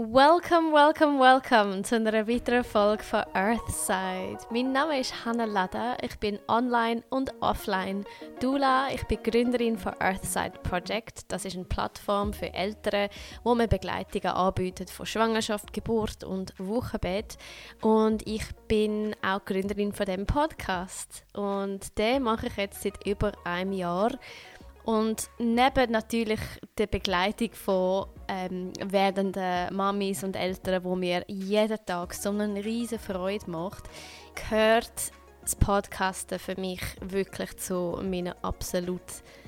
Welcome, welcome, welcome zu einer weiteren Folge von Earthside. Mein Name ist Hannah Lada, ich bin online und offline Doula. Ich bin Gründerin von Earthside Project. Das ist eine Plattform für Eltern, wo man Begleitungen anbietet von Schwangerschaft, Geburt und Wochenbett. Und ich bin auch Gründerin von dem Podcast. Und den mache ich jetzt seit über einem Jahr. Und neben natürlich der Begleitung von werdenden Mamis und Eltern, wo mir jeden Tag so eine riesige Freude macht, gehört das Podcasten für mich wirklich zu meinen absolut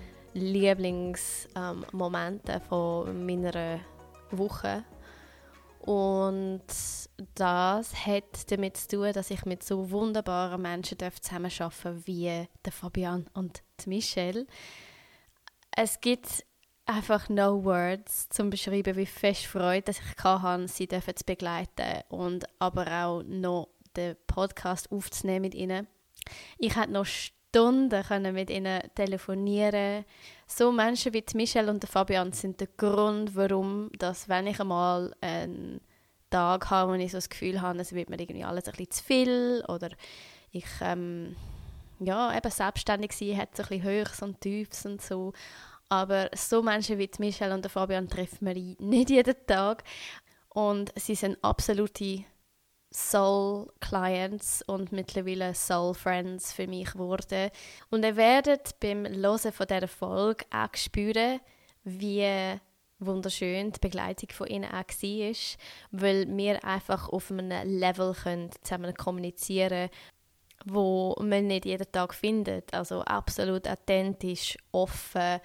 Lieblingsmomenten von meiner Woche. Und das hat damit zu tun, dass ich mit so wunderbaren Menschen zusammenarbeiten darf, wie der Fabian und die Michelle. Es gibt einfach no words, zum beschreiben, wie fest Freude dass ich hatte, sie zu begleiten und aber auch noch den Podcast aufzunehmen mit ihnen. Ich konnte noch Stunden mit ihnen telefonieren. So Menschen wie die Michelle und der Fabian sind der Grund, warum, dass, wenn ich einmal einen Tag habe, wo ich so das Gefühl habe, es wird mir irgendwie alles ein bisschen zu viel oder ich eben selbstständig sein, hat so ein bisschen Höchst und Tiefs und so. Aber so Menschen wie die Michelle und der Fabian treffen wir nicht jeden Tag. Und sie sind absolute Soul-Clients und mittlerweile Soul-Friends für mich geworden. Und ihr werdet beim Hören von dieser Folge auch spüren, wie wunderschön die Begleitung von ihnen auch war, weil wir einfach auf einem Level zusammen kommunizieren können, wo man nicht jeden Tag findet. Also absolut authentisch, offen.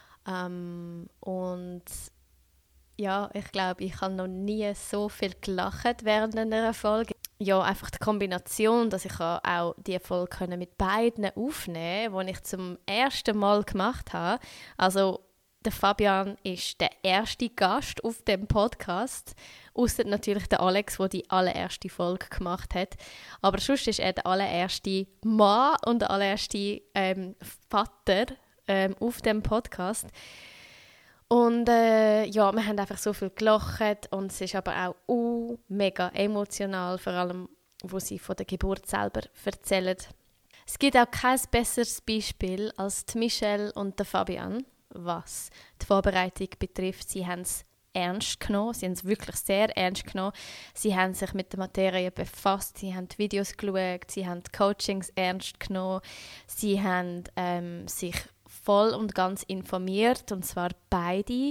Und ja, ich glaube, ich habe noch nie so viel gelacht während einer Folge. Ja, einfach die Kombination, dass ich auch diese Folge mit beiden aufnehmen konnte, die ich zum ersten Mal gemacht habe. Also der Fabian ist der erste Gast auf dem Podcast, ausser natürlich der Alex, der die allererste Folge gemacht hat. Aber sonst ist er der allererste Mann und der allererste Vater auf dem Podcast. Und wir haben einfach so viel gelacht und es ist aber auch mega emotional, vor allem, wo sie von der Geburt selber erzählen. Es gibt auch kein besseres Beispiel als die Michelle und der Fabian, was die Vorbereitung betrifft. Sie haben es ernst genommen, sie haben es wirklich sehr ernst genommen. Sie haben sich mit der Materie befasst, sie haben die Videos geschaut, sie haben die Coachings ernst genommen, sie haben sich voll und ganz informiert, und zwar beide.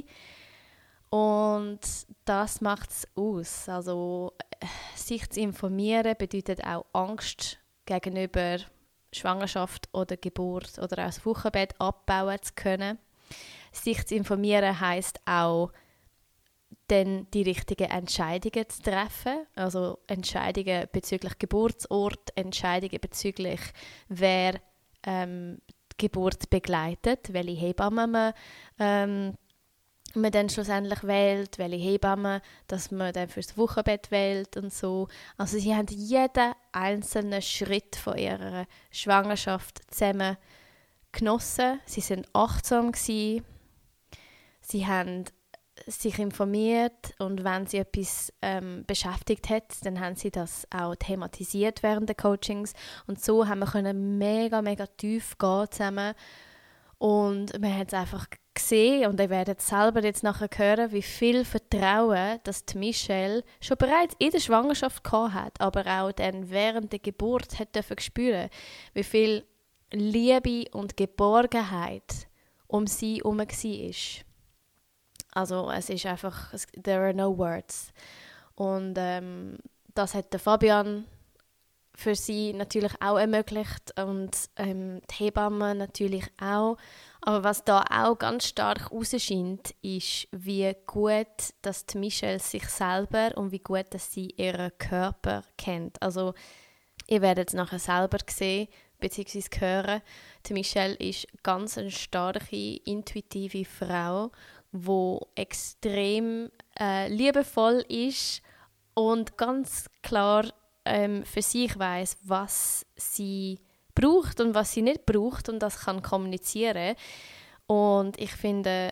Und das macht es aus. Also sich zu informieren bedeutet auch Angst gegenüber Schwangerschaft oder Geburt oder auch das Wochenbett abbauen zu können. Sich zu informieren heisst auch, dann die richtigen Entscheidungen zu treffen. Also Entscheidungen bezüglich Geburtsort, Entscheidungen bezüglich wer die Geburt begleitet, welche Hebamme man dann schlussendlich wählt, welche Hebamme dass man dann fürs Wochenbett wählt und so. Also sie haben jeden einzelnen Schritt von ihrer Schwangerschaft zusammen genossen. Sie sind achtsam gewesen. Sie haben sich informiert und wenn sie etwas beschäftigt hat, dann haben sie das auch thematisiert während der Coachings und so haben wir mega, mega tief gehen zusammen und wir haben es einfach gesehen und ihr werdet selber jetzt nachher hören, wie viel Vertrauen dass die Michelle schon bereits in der Schwangerschaft gehabt hat, aber auch dann während der Geburt hat dürfen spüren, wie viel Liebe und Geborgenheit um sie herum war. Also es ist einfach, there are no words. Und das hat der Fabian für sie natürlich auch ermöglicht und die Hebamme natürlich auch. Aber was da auch ganz stark rausscheint, ist, wie gut dass die Michelle sich selber und wie gut dass sie ihren Körper kennt. Also ihr werdet es nachher selber sehen bzw. hören. Die Michelle ist ganz eine starke, intuitive Frau, wo extrem liebevoll ist und ganz klar für sich weiss, was sie braucht und was sie nicht braucht und das kann kommunizieren. Und ich finde,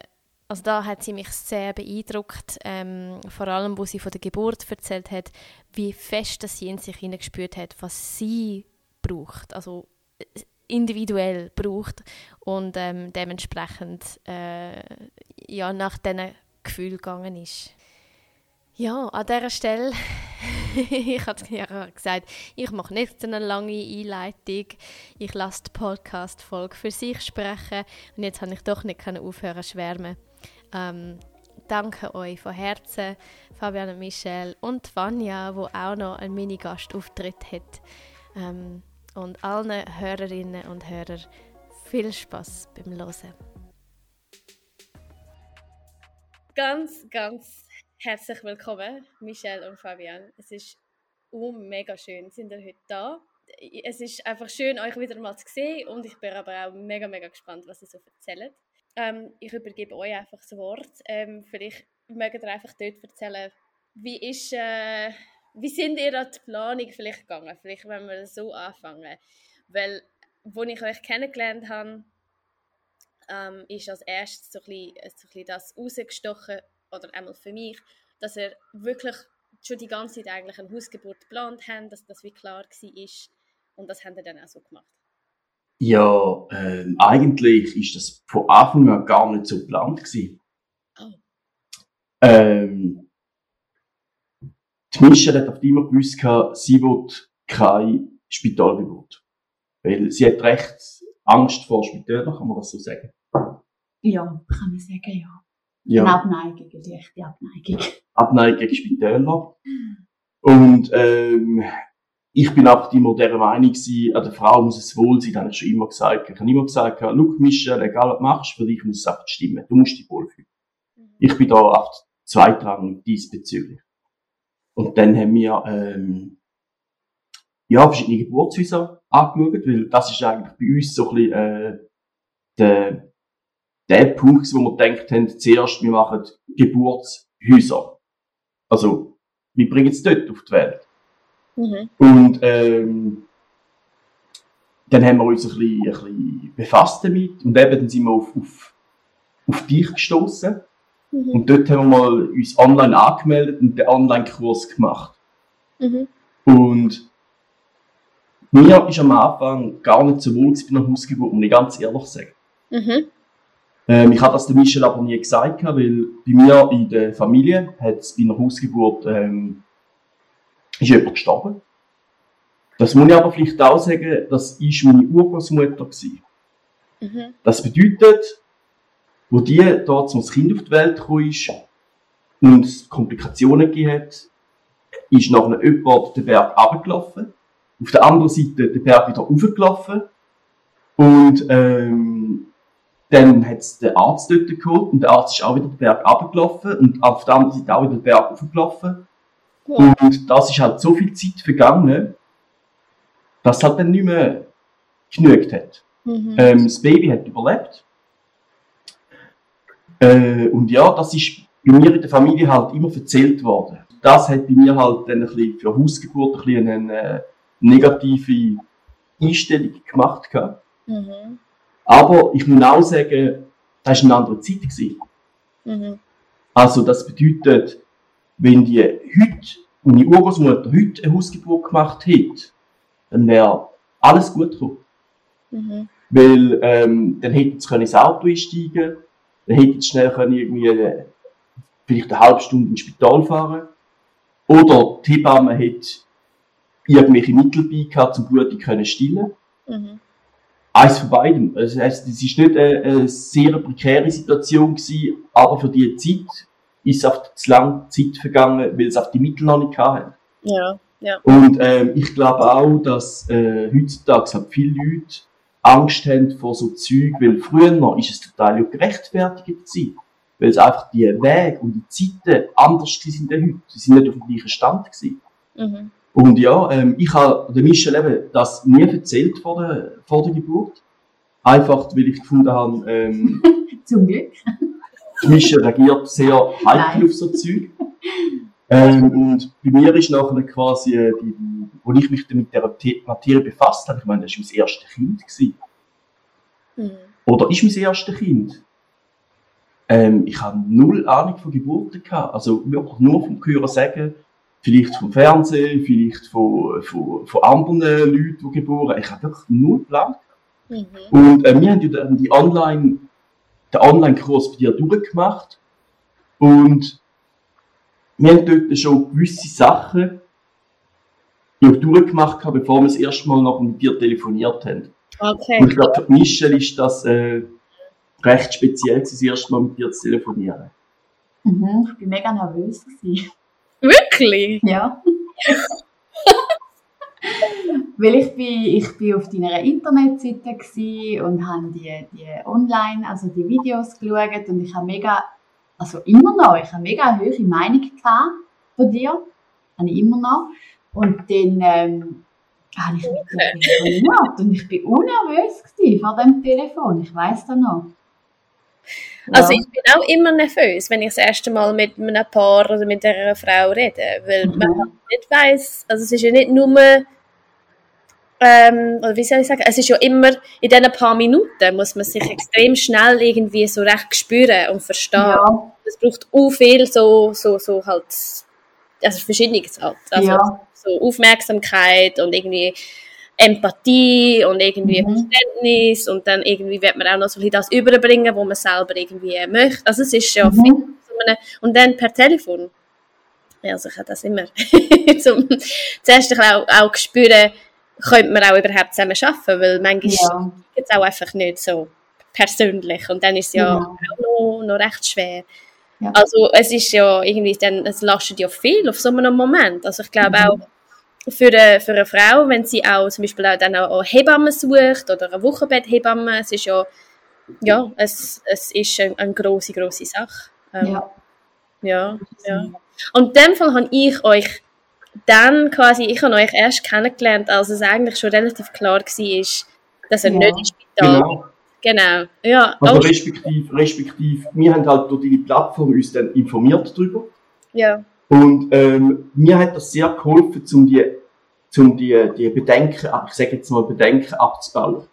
Also da hat sie mich sehr beeindruckt, vor allem, wo sie von der Geburt erzählt hat, wie fest dass sie in sich hineingespürt hat, was sie braucht, also individuell braucht und dementsprechend ja, nach diesen Gefühlen gegangen ist. Ja, an dieser Stelle, ich habe ja gesagt, ich mache nicht eine lange Einleitung, ich lasse die Podcast-Folge für sich sprechen und jetzt habe ich doch nicht aufhören zu schwärmen. Danke euch von Herzen, Fabian und Michelle und Vanja, wo auch noch einen Mini-Gastauftritt hat. Und allen Hörerinnen und Hörern viel Spass beim Hören. Ganz, ganz herzlich willkommen, Michelle und Fabian. Es ist mega schön, sind ihr heute da. Es ist einfach schön, euch wieder mal zu sehen und ich bin aber auch mega, mega gespannt, was ihr so erzählt. Ich übergebe euch einfach das Wort. Vielleicht mögt ihr einfach dort erzählen, wie sind ihr an die Planung vielleicht gegangen? Vielleicht wenn wir so anfangen. Weil, als ich euch kennengelernt habe, ist als erstes so ein bisschen das rausgestochen, oder einmal für mich, dass ihr wirklich schon die ganze Zeit eigentlich eine Hausgeburt geplant habt, dass das wie klar war. Und das habt ihr dann auch so gemacht. Ja, eigentlich ist das von Anfang an gar nicht so geplant gewesen. Oh. Die Michelle hat oft immer gewusst, sie will keine Spitalgeburt. Weil sie hat recht Angst vor Spitälern, kann man das so sagen? Ja, kann man sagen, ja. Ja. Eine Abneigung, eine echte Abneigung. Abneigung gegen Spitäler. Und ich bin auch immer der Meinung gewesen, an der Frau muss es wohl sein, das habe ich schon immer gesagt. Ich habe immer gesagt, schau, Michelle, egal was du machst, für dich muss es einfach stimmen. Du musst dich wohlfühlen. Ich bin da auch zweitrangig diesbezüglich. Und dann haben wir verschiedene Geburtshäuser angeschaut, weil das ist eigentlich bei uns so ein bisschen der Punkt, wo wir gedacht haben, zuerst, wir machen Geburtshäuser. Also, wir bringen es dort auf die Welt. Mhm. Und dann haben wir uns ein bisschen befasst damit und eben dann sind wir auf dich gestoßen. Mhm. Und dort haben wir mal uns online angemeldet und den Online-Kurs gemacht. Mhm. Und mir ist am Anfang gar nicht so wohl bei einer Hausgeburt, muss ich ganz ehrlich sagen. Mhm. Ich habe das der Michelle aber nie gesagt, weil bei mir in der Familie hat es bei einer Hausgeburt ist jemand gestorben. Das muss ich aber vielleicht auch sagen, das war meine Urgroßmutter. Mhm. Das bedeutet, wo die dort das Kind auf die Welt gekommen ist und es Komplikationen gegeben hat, ist nachher jemand den Berg runtergelaufen, auf der anderen Seite den Berg wieder raufgelaufen und dann hat es den Arzt dort geholt und der Arzt ist auch wieder den Berg runtergelaufen und auf der anderen Seite auch wieder den Berg raufgelaufen. Ja. Und das ist halt so viel Zeit vergangen, dass es halt dann nicht mehr genügt hat. Mhm. Das Baby hat überlebt. Und ja, das ist bei mir in der Familie halt immer erzählt worden. Das hat bei mir halt dann ein bisschen für Hausgeburt ein bisschen eine negative Einstellung gemacht gehabt. Mhm. Aber ich muss auch sagen, das war eine andere Zeit gewesen. Mhm. Also das bedeutet, wenn meine Urgroßmutter heute eine Hausgeburt gemacht hätte, dann wäre alles gut gekommen. Mhm. Weil dann hätten sie ins Auto einsteigen können, dann hätten sie schnell irgendwie vielleicht eine halbe Stunde ins Spital fahren. Oder die Hebamme hätte irgendwelche Mittel bei gehabt, um Blutung zu stillen. Mhm. Eins von beidem. Also, es war nicht eine sehr prekäre Situation gewesen, aber für diese Zeit ist auf zu lange Zeit vergangen, weil sie auf die Mittel noch nicht hatten. Ja, ja. Und ich glaube auch, dass heutzutage halt viele Leute Angst haben vor so Zeug, weil früher noch ist es total gerechtfertigt gewesen, weil es einfach die Wege und die Zeiten anders sind als heute. Sie sind nicht auf dem gleichen Stand gewesen. Mhm. Und ja, ich habe der Michelle eben das nie erzählt vor der Geburt. Einfach, weil ich gefunden habe, Zum Glück. die Michelle reagiert sehr heikel auf so Zeug. Und bei mir ist nachher quasi, wo ich mich mit der Materie befasst habe, ich meine, das war mein erstes Kind gewesen. Mhm. Oder ist mein erstes Kind. Ich habe null Ahnung von Geburten gehabt. Also wirklich nur vom Hören sagen, vielleicht vom Fernsehen, vielleicht von anderen Leuten, die geboren. Ich habe wirklich null Plan. Und wir haben ja dann den Online-Kurs bei dir durchgemacht. Und wir haben dort schon gewisse Sachen durchgemacht, bevor wir das erste Mal noch mit dir telefoniert haben. Okay. Und ich glaube, für Michelle ist das recht speziell, das erste Mal mit dir zu telefonieren. Ich war mega nervös. Wirklich? Ja. Weil ich bin auf deiner Internetseite gsi und habe die online, also die Videos geschaut und ich habe mega, also immer noch, ich habe mega eine hohe Meinung gehabt von dir. Habe ich immer noch. Und dann habe ich mit dir telefoniert und ich bin unnervös gsi vor dem Telefon, ich weiss das noch. Ja. Also ich bin auch immer nervös, wenn ich das erste Mal mit einem Paar oder mit einer Frau rede, weil man halt nicht weiss, also es ist ja nicht nur, oder wie soll ich sagen, es ist ja immer, in diesen paar Minuten muss man sich extrem schnell irgendwie so recht spüren und verstehen. Ja. Es braucht auch viel so halt, also verschiedenes halt, also Ja. so Aufmerksamkeit und irgendwie Empathie und irgendwie Verständnis und dann irgendwie wird man auch noch so ein bisschen das überbringen, was man selber irgendwie möchte. Also es ist ja viel und dann per Telefon. Ja, also ich habe das immer zuerst auch spüren, könnte man auch überhaupt zusammen arbeiten, weil manchmal geht es auch einfach nicht so persönlich und dann ist es ja auch noch recht schwer. Ja. Also es ist ja irgendwie dann, es lastet ja viel auf so einem Moment. Also ich glaube auch für eine Frau, wenn sie auch zum Beispiel auch dann auch Hebammen sucht oder eine Wochenbetthebamme, es ist ja, es ist eine grosse Sache. Ja. Und in dem Fall habe ich euch dann quasi, ich habe euch erst kennengelernt, als es eigentlich schon relativ klar war, dass er nicht ins Spital Genau, ja. Also respektive, wir haben halt durch deine Plattform uns dann informiert darüber. Ja. Und mir hat das sehr geholfen, um die Bedenken, ich sage jetzt mal Bedenken abzubauen.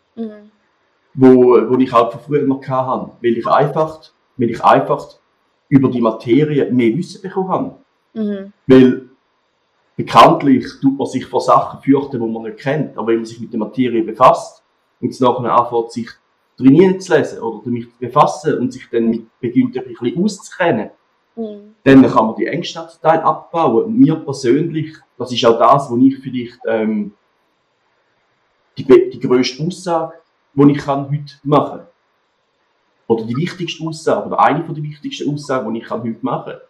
Wo ich halt von früher noch hatte, weil ich einfach über die Materie mehr Wissen bekommen habe. Weil bekanntlich tut man sich vor Sachen fürchten, die man nicht kennt, aber wenn man sich mit der Materie befasst und es nachher anfängt, sich trainieren zu lesen oder damit zu befassen und sich dann beginnt ein bisschen auszukennen, dann kann man die Ängste abbauen. Und mir persönlich, das ist auch das, wo ich vielleicht die grösste Aussage, die ich heute machen kann. Oder die wichtigste Aussage, oder eine der wichtigsten Aussagen, die ich heute machen kann.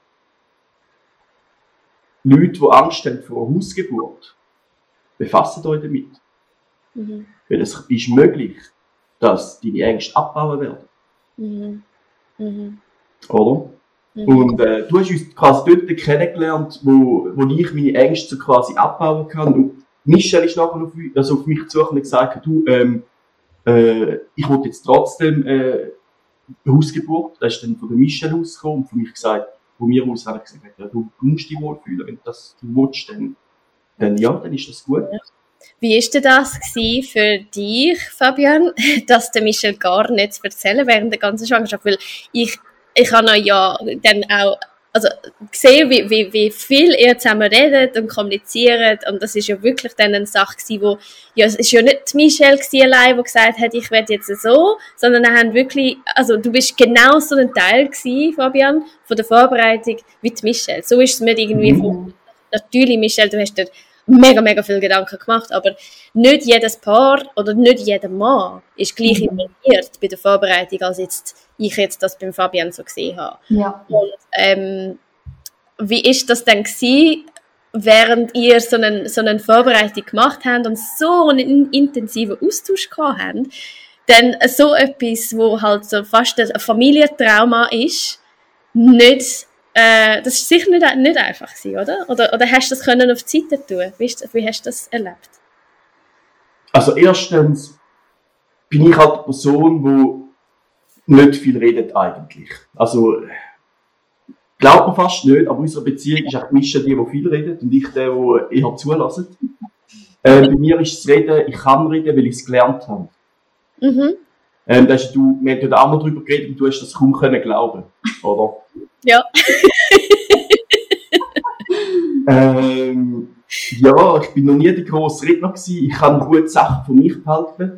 Leute, die Angst haben vor einer Hausgeburt, befassen euch damit. Weil es ist möglich, dass deine Ängste abbauen werden. Oder? Und du hast uns quasi dort kennengelernt, wo ich meine Ängste so quasi abbauen kann. Und Michelle ist nachher auf mich zu und gesagt, du, ich will jetzt trotzdem eine Hausgeburt. Das ist dann von der Michelle ausgekommen und von mich gesagt, von mir aus habe ich gesagt, ja, du musst dich wohlfühlen. Wenn du das willst, dann ja, dann ist das gut. Wie war denn das für dich, Fabian, dass der Michelle gar nichts erzählen während der ganzen Schwangerschaft? Weil ich habe ja dann auch gesehen, wie viel ihr zusammen redet und kommuniziert und das ist ja wirklich dann eine Sache gewesen, wo, ja, es ist ja nicht Michelle allein, die gesagt hat, ich werde jetzt so, sondern haben wirklich, also du bist genau so ein Teil gewesen, Fabian, von der Vorbereitung wie die Michelle. So ist es mir irgendwie natürlich, Michelle, du hast dir mega viel Gedanken gemacht, aber nicht jedes Paar oder nicht jeder Mann ist gleich involviert bei der Vorbereitung, als ich jetzt das beim Fabian so gesehen habe. Ja. Und wie ist das denn gewesen, während ihr so eine Vorbereitung gemacht habt und so einen intensiven Austausch gehabt habt, denn so etwas, wo halt so fast ein Familientrauma ist, nicht das ist sicher nicht einfach gewesen, oder? Oder hast du das können auf die Seite tun? Wie hast du das erlebt? Also erstens bin ich halt eine Person, die nicht viel redet eigentlich. Also glaubt man fast nicht, aber unsere Beziehung ist auch Michelle die viel redet und ich der eher zulässt. Bei mir ist das Reden, ich kann reden, weil ich es gelernt habe. wir haben ja da einmal drüber geredet und du hast das kaum können glauben, oder? Ja. Ja, ich bin noch nie der grosse Redner gewesen. Ich kann gute Sachen von mich behalten.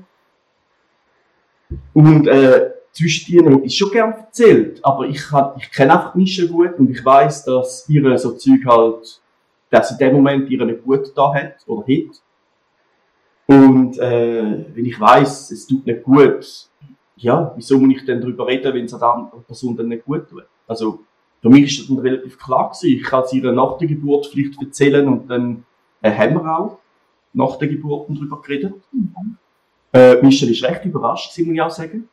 Und zwischendrin hätte ich schon gerne erzählt, aber ich kenne einfach Mischa gut und ich weiss, dass ihr so Zeug halt, dass in dem Moment ihr nicht gut da hat oder hat. Und wenn ich weiss, es tut nicht gut, ja, wieso muss ich denn darüber reden, wenn es der anderen Person dann nicht gut tut? Also für mich ist das dann relativ klar gewesen. Ich kann es ihr nach der Geburt vielleicht erzählen und dann haben wir auch nach der Geburt darüber geredet. Michelle ist recht überrascht gewesen, muss ich auch sagen.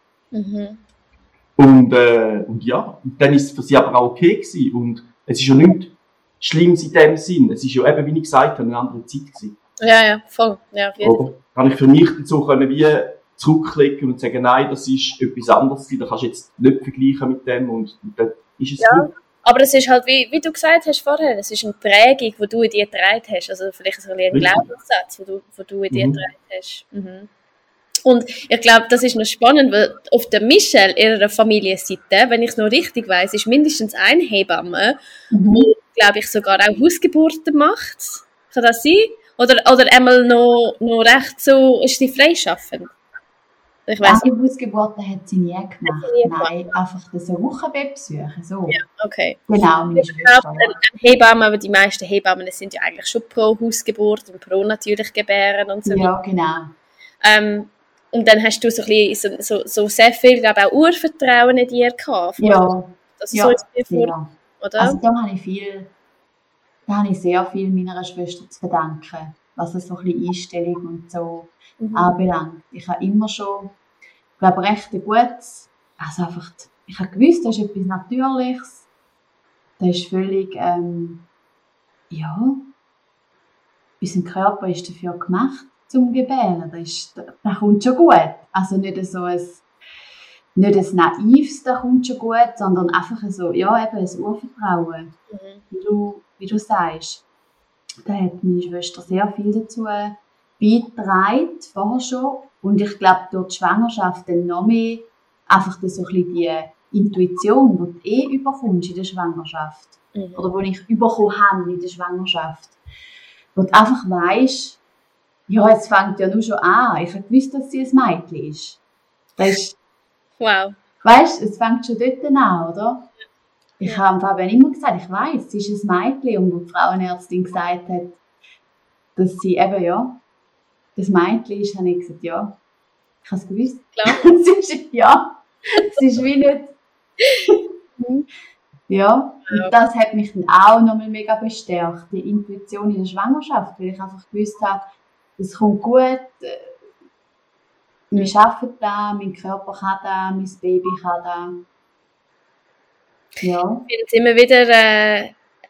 Und ja, und dann ist es für sie aber auch okay gewesen. Und es ist ja nichts Schlimmes in dem Sinn. Es ist ja eben, wie ich gesagt habe, eine andere Zeit gewesen. Ja, voll. Ja, auf jeden Fall. Kann ich für mich dazu können, wie zurückklicken und sagen, nein, das ist etwas anderes gewesen. Da kannst du jetzt nicht vergleichen mit dem und dann ist es gut. Aber es ist halt, wie du gesagt hast vorher, es ist eine Prägung, die du in dir getragen hast. Also vielleicht so ein Glaubenssatz, den du in dir getragen hast. Und ich glaube, das ist noch spannend, weil auf der Michelle, ihrer Familienseite, wenn ich es noch richtig weiss, ist mindestens eine Hebamme, die, glaube ich, sogar auch Hausgeburten macht. Kann das sein? Oder einmal noch recht so, ist sie freischaffend? Ich weiss die Hausgeburten hat sie nie gemacht. Nein, einfach so Wochenbettbesuche. So. Ja, okay. Genau, meine Schwester. Eine Hebamme, aber die meisten Hebammen sind ja eigentlich schon pro Hausgeburt und pro natürlich Gebären und so weiter. Ja, genau. Und dann hast du so ein bisschen, so sehr viel, glaube ich, auch Urvertrauen in dir gehabt. Ja, also so ist mir vor, oder? Also da habe ich sehr viel meiner Schwester zu verdanken, was so ein bisschen Einstellung und so anbelangt. Ich habe immer schon, ich glaube, recht gutes, also einfach, ich habe gewusst, das ist etwas Natürliches, das ist völlig, ja, unser Körper ist dafür gemacht, zum Gebären, das kommt schon gut. Also nicht so ein naives, das kommt schon gut, sondern einfach so, ja, eben ein Urvertrauen, wie du sagst. Da hat meine Schwester sehr viel dazu beigetragen, vorher schon. Und ich glaube, durch die Schwangerschaft dann noch mehr, einfach so ein bisschen die Intuition, die du überkommst in der Schwangerschaft. Oder die ich bekommen habe in der Schwangerschaft. Wo du einfach weisst, ja, jetzt fängt ja nur schon an. Ich habe gewusst, dass sie ein Mädchen ist. Das ist wow. Weißt du, es fängt schon dort an, oder? Ich habe Fabian immer gesagt, ich weiss, sie ist ein Mädchen. Und wo die Frauenärztin gesagt hat, dass sie eben, ja, das Mädchen ist, habe ich gesagt, ja, ich habe es gewusst. Klar. Es ist wie nicht. Ja, und das hat mich dann auch nochmal mega bestärkt, die Intuition in der Schwangerschaft, weil ich einfach gewusst habe, es kommt gut, wir arbeiten da, mein Körper kann da, mein Baby kann da. Ja. Ich finde es immer wieder,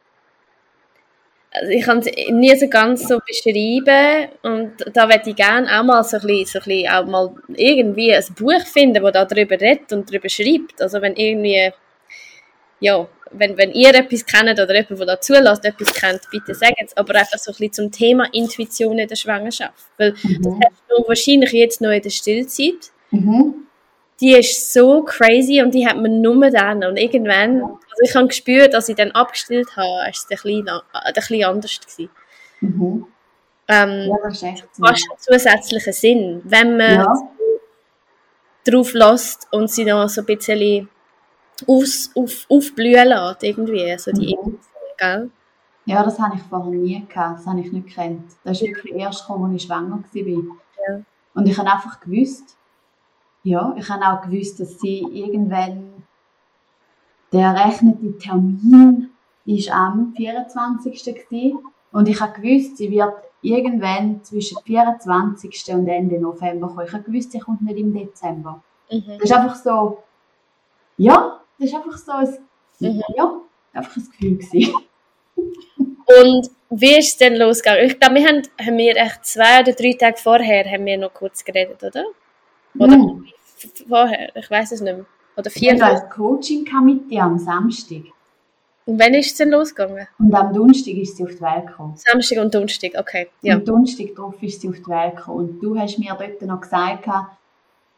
also ich kann es nie so ganz so beschreiben und da würde ich gerne auch mal so ein bisschen auch mal irgendwie ein Buch finden, das da darüber redet und darüber schreibt. Also wenn irgendwie, ja, wenn ihr etwas kennt oder jemand, der da zulässt, etwas kennt, bitte sagt es. Aber einfach so ein bisschen zum Thema Intuition in der Schwangerschaft. Weil das hast du wahrscheinlich jetzt noch in der Stillzeit. Die ist so crazy und die hat man nur dann. Und irgendwann, also ich habe gespürt, als ich dann abgestillt habe, war es ein bisschen anders gewesen. Ja, das ist echt so. Fast einen zusätzlichen Sinn, wenn man drauf lässt und sie noch so ein bisschen aufblühen lässt, irgendwie, also die gell? Ja, das habe ich vorher nie gehabt, das habe ich nicht gekannt. Das ist wirklich erst gekommen, als ich schwanger war. Ja. Und ich habe einfach gewusst, ich habe auch gewusst, dass sie irgendwann, der errechnete Termin war am 24. gewesen. Und ich habe gewusst, sie wird irgendwann zwischen 24. und Ende November kommen. Ich habe gewusst, sie kommt nicht im Dezember. Das ist einfach so, das ist einfach so ein, einfach ein Gefühl gewesen. Und wie ist es denn losgegangen? Ich glaube, haben wir echt 2 oder 3 Tage vorher haben wir noch kurz geredet, oder? Oder vorher? Ich weiß es nicht mehr. Oder 4 Tage. Ich hatte ein Coaching mit dir am Samstag. Und wann ist es denn losgegangen? Und am Donnerstag ist sie auf die Welt gekommen. Samstag und Donnerstag, okay. Ja. Am Donnerstag drauf ist sie auf die Welt gekommen. Und du hast mir dort noch gesagt,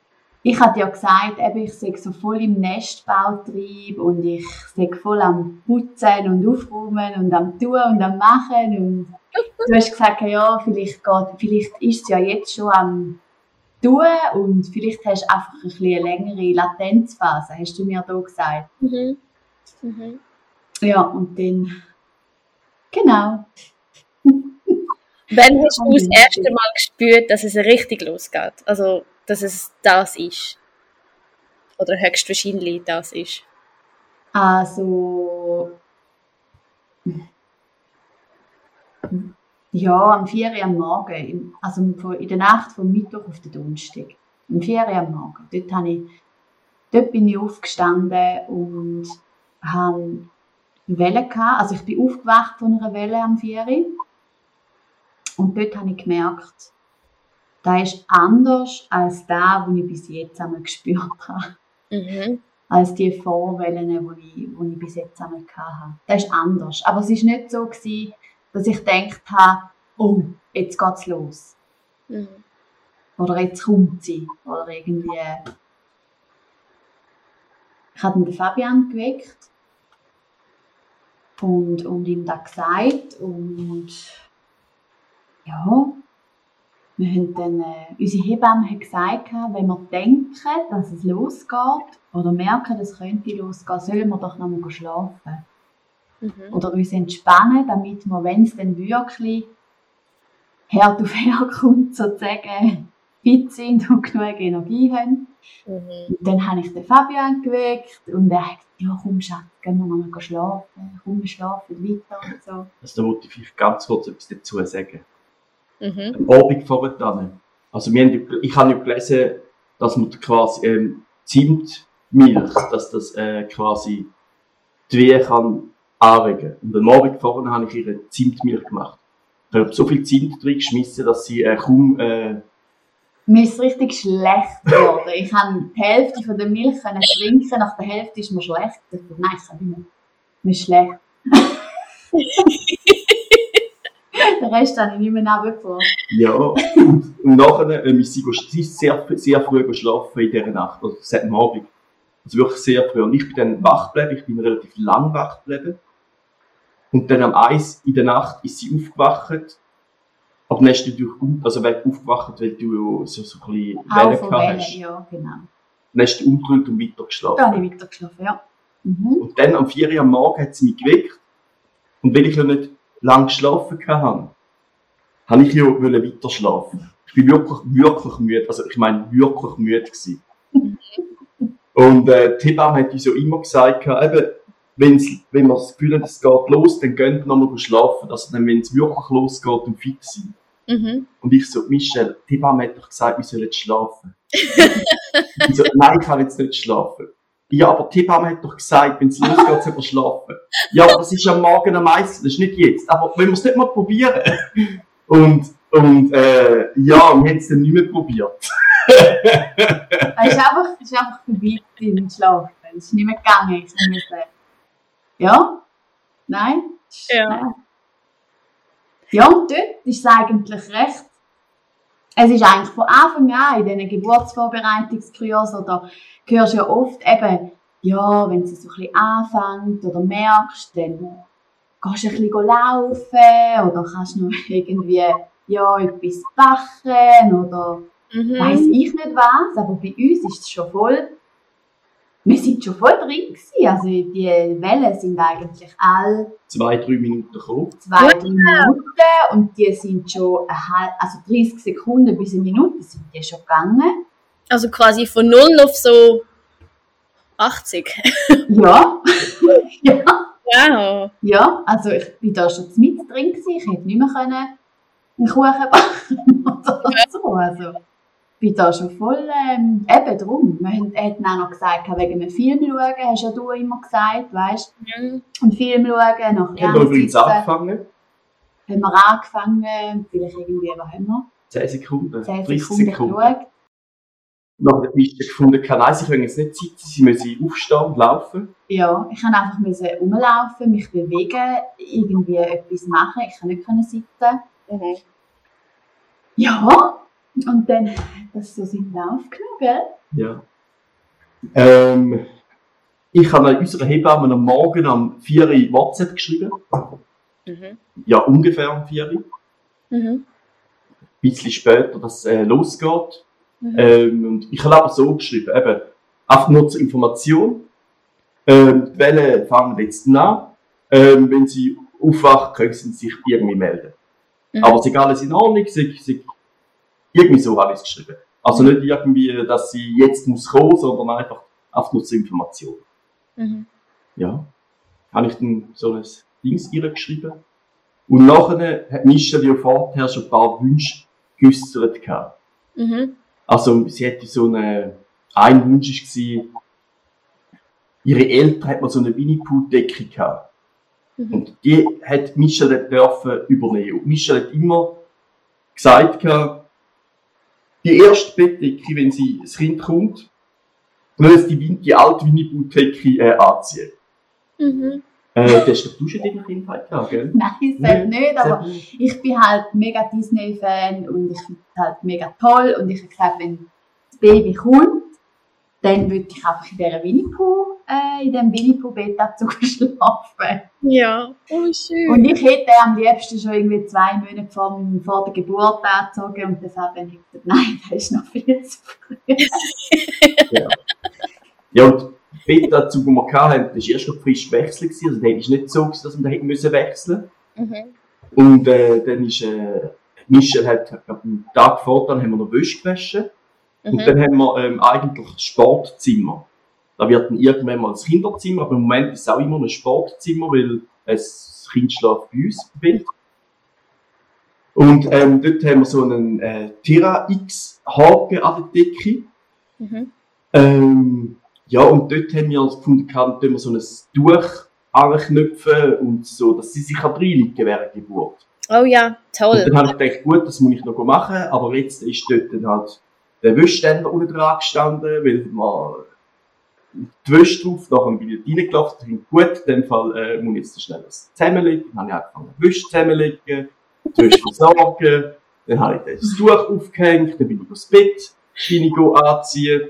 ich hatte ja gesagt, eben, ich sei so voll im Nestbautrieb und ich sei voll am Putzen und Aufräumen und am Tun und am Machen. Und du hast gesagt, ja, vielleicht ist es ja jetzt schon am Tun und vielleicht hast du einfach ein bisschen eine längere Latenzphase, hast du mir da gesagt. Mhm. Mhm. Ja, und dann, genau. Wann hast du das erste Mal gespürt, dass es richtig losgeht? Also, dass es das ist? Oder höchstwahrscheinlich das ist? Also, ja, am 4 Uhr am Morgen, also in der Nacht vom Mittwoch auf den Donnerstag. Um 4 Uhr am Morgen. Dort bin ich aufgestanden und hatte Welle gehabt. Also ich bin aufgewacht von einer Welle am 4 Uhr. Und dort habe ich gemerkt, das ist anders als das, was ich bis jetzt einmal gespürt habe. Mhm. Als die Vorwellen, die ich bis jetzt einmal hatte. Das ist anders. Aber es war nicht so, dass ich gedacht habe, oh, jetzt geht's los. Mhm. Oder jetzt kommt sie. Oder irgendwie. Ich habe den Fabian geweckt und ihm das gesagt. Und ja, wir haben dann, unsere Hebamme hat gesagt, wenn wir denken, dass es losgeht oder merken, es könnte losgehen, sollen wir doch noch mal schlafen. Mhm. Oder uns entspannen, damit wir, wenn es dann wirklich Herd auf Herd kommt, sozusagen, fit sind und genug Energie haben. Mhm. Und dann habe ich den Fabian geweckt und er hat gesagt, ja komm Schatz, gehen wir noch mal schlafen, komm, wir schlafen weiter und so. Also da wollte ich vielleicht ganz kurz etwas dazu sagen. Mhm. Am Abend vorher. Also ich habe ja gelesen, dass man quasi Zimtmilch, dass das quasi die Wehe kann anregen. Und am Abend vorher habe ich ihre Zimtmilch gemacht. Ich habe so viel Zimt drin geschmissen, dass sie kaum... Mir ist richtig schlecht geworden. Ich habe die Hälfte von der Milch trinken, nach der Hälfte ist mir schlecht. Ich dachte, nein, ich kann nicht mehr. Mir ist schlecht. Den Rest habe ich nicht mehr nachgefahren. Ja, und nachher sie sehr, sehr früh schlafen in dieser Nacht, also seit dem Abend. Also wirklich sehr früh. Und ich bin dann wach geblieben, ich bin relativ lang wach geblieben. Und dann am 1 in der Nacht ist sie aufgewacht. Aber dann ist du aufgewacht, weil du so ein bisschen Auch von Wellen Wellen, hast. ja, genau. Dann hast du umgedreht und weiter geschlafen. Da habe ich weiter geschlafen, ja. Mhm. Und dann am 4 Uhr am Morgen hat sie mich geweckt. Und weil ich ja nicht lang geschlafen hatte, habe ich ja weiter schlafen. Ich bin wirklich, wirklich müde. Also ich meine, wirklich müde gewesen. Und die Hebamme hat uns ja immer gesagt, eben, wenn wir das Gefühl haben, es geht los, dann gehen wir nochmal schlafen. Also dann, wenn es wirklich losgeht und fit sind. Mhm. Und ich so, Michelle, die Hebamme hat doch gesagt, wir sollen jetzt schlafen. Ich so, nein, ich kann jetzt nicht schlafen. Ja, aber die Hebamme hat doch gesagt, wenn es losgeht, sollen wir schlafen. Ja, aber das ist am Morgen am meisten, das ist nicht jetzt. Aber wenn wir es nicht mal probieren. Und ja, wir haben es dann nicht mehr probiert. Es ist einfach vorbei im Schlafen. Es ist nicht mehr gegangen. Ich musste, ja? Nein? Ja. Nein. Ja, und dort ist es eigentlich recht. Es ist eigentlich von Anfang an in diesen Geburtsvorbereitungskursen, da hörst du ja oft eben, ja, wenn es so ein bisschen anfängt oder merkst, dann gehst du ein bisschen laufen oder kannst noch irgendwie, ja, etwas backen oder weiss ich nicht was, aber bei uns ist es schon voll, wir sind schon voll drin gewesen. Also die Wellen sind eigentlich alle 2-3 Minuten gekommen. 2-3 Minuten und die sind schon 30 Sekunden bis eine Minute sind die schon gegangen. Also quasi von 0 auf so 80. Ja. Ja. Wow. Ja, also ich bin da schon mit drin gewesen. Ich hätte nicht mehr einen Kuchen backen oder so. Also ich bin da schon voll, eben drum. Wir hätten auch noch gesagt, wegen einem Film schauen, hast ja du immer gesagt, weißt du? Mhm. Einen Film schauen, noch Haben wir übrigens angefangen? Haben wir angefangen, vielleicht irgendwie, was haben wir? 10 Sekunden, 10 30 Sekunden Sekunden. geschaut. Nachher hat Michelle gefunden, nein, sie können jetzt nicht sitzen, sie müssen aufstehen und laufen. Ja, ich musste einfach rumlaufen, mich bewegen, irgendwie etwas machen. Ich konnte nicht sitzen. Mhm. Ja, Und dann hat das so seinen Lauf genommen, gell? Ja. Ich habe unserer Hebamme am Morgen um 4 Uhr WhatsApp geschrieben. Mhm. Ja, ungefähr um 4 Uhr. Mhm. Ein bisschen später, dass es losgeht. Mhm. Und ich habe aber so geschrieben, eben, einfach nur zur Information. Die Wellen fangen jetzt an. Wenn Sie aufwachen, können Sie sich irgendwie melden. Mhm. Aber es ist alles in Ordnung. Irgendwie so habe ich es geschrieben. Also nicht irgendwie, dass sie jetzt muss kommen, sondern einfach nur zur Information. Mhm. Ja. Habe ich dann so ein Dings ihr geschrieben. Und nachher hat Michelle ja vorher schon ein paar Wünsche geäussert gehabt. Mhm. Also, sie hätte so ein Wunsch war, ihre Eltern hat mal so eine Winnie-Pooh-Decke gehabt. Mhm. Und die hat Michelle dürfen übernehmen. Und Michelle hat immer gesagt gehabt, die erste Bettdecke, wenn das Kind kommt, muss die alte Winnie-Pooh-Decke anziehen. Mhm. Das hast du schon in deiner Kindheit gehabt, gell? Nein, selbst nicht, aber ich bin halt mega Disney-Fan und ich finde es halt mega toll. Und ich habe gesagt, wenn das Baby kommt, dann würde ich einfach in diesem Winnie-Pooh-Bett dazu schlafen. Ja, oh schön. Und ich hätte am liebsten schon irgendwie 2 Monate vor der Geburt angezogen und der Fabian hat gesagt, nein, das ist noch viel zu früh. Ja, und das Bett-Anzug, den wir hatten, das war erst noch frisch gewechselt. Also der war nicht so, dass wir den wechseln mussten. Mhm. Und dann ist Michelle hat am Tag vor, dann haben wir noch Wäsche gewaschen. Und dann haben wir eigentlich das Sportzimmer. Da wird dann irgendwann mal das Kinderzimmer, aber im Moment ist es auch immer ein Sportzimmer, weil das Kind schläft bei uns im Bett. Und dort haben wir so einen Tira X-Haken an der Decke. Mhm. Ja, und dort haben wir gefunden, können wir so ein Tuch anknüpfen und so, dass sie sich reinlegen während der Geburt. Oh ja, toll. Und dann habe ich gedacht, gut, das muss ich noch machen, aber jetzt ist dort dann halt der Wäschständer unten dran gestanden, weil man die Wäsche drauf, nachher bin ich reingelaufen, dachte ich, gut, in dem Fall muss ich jetzt schnell das zusammenlegen. Dann habe ich angefangen, die Wäsche zusammenlegen, die Wäsche versorgen, dann habe ich das Tuch aufgehängt, dann bin ich aufs Bett, anziehen.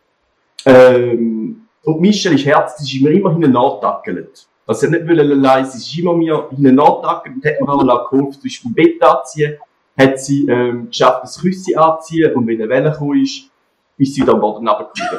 Und Michelle ist Herz, sie ist mir immer hinten nachgetackelt. Also sie hat nicht allein, sie ist immer mir hinten nachgetackelt und hat mir auch geholfen, zum Beispiel im Bett anziehen, hat sie geschafft, das Küsschen anziehen und wenn eine Welle gekommen ist sie wieder am Boden runtergekommen.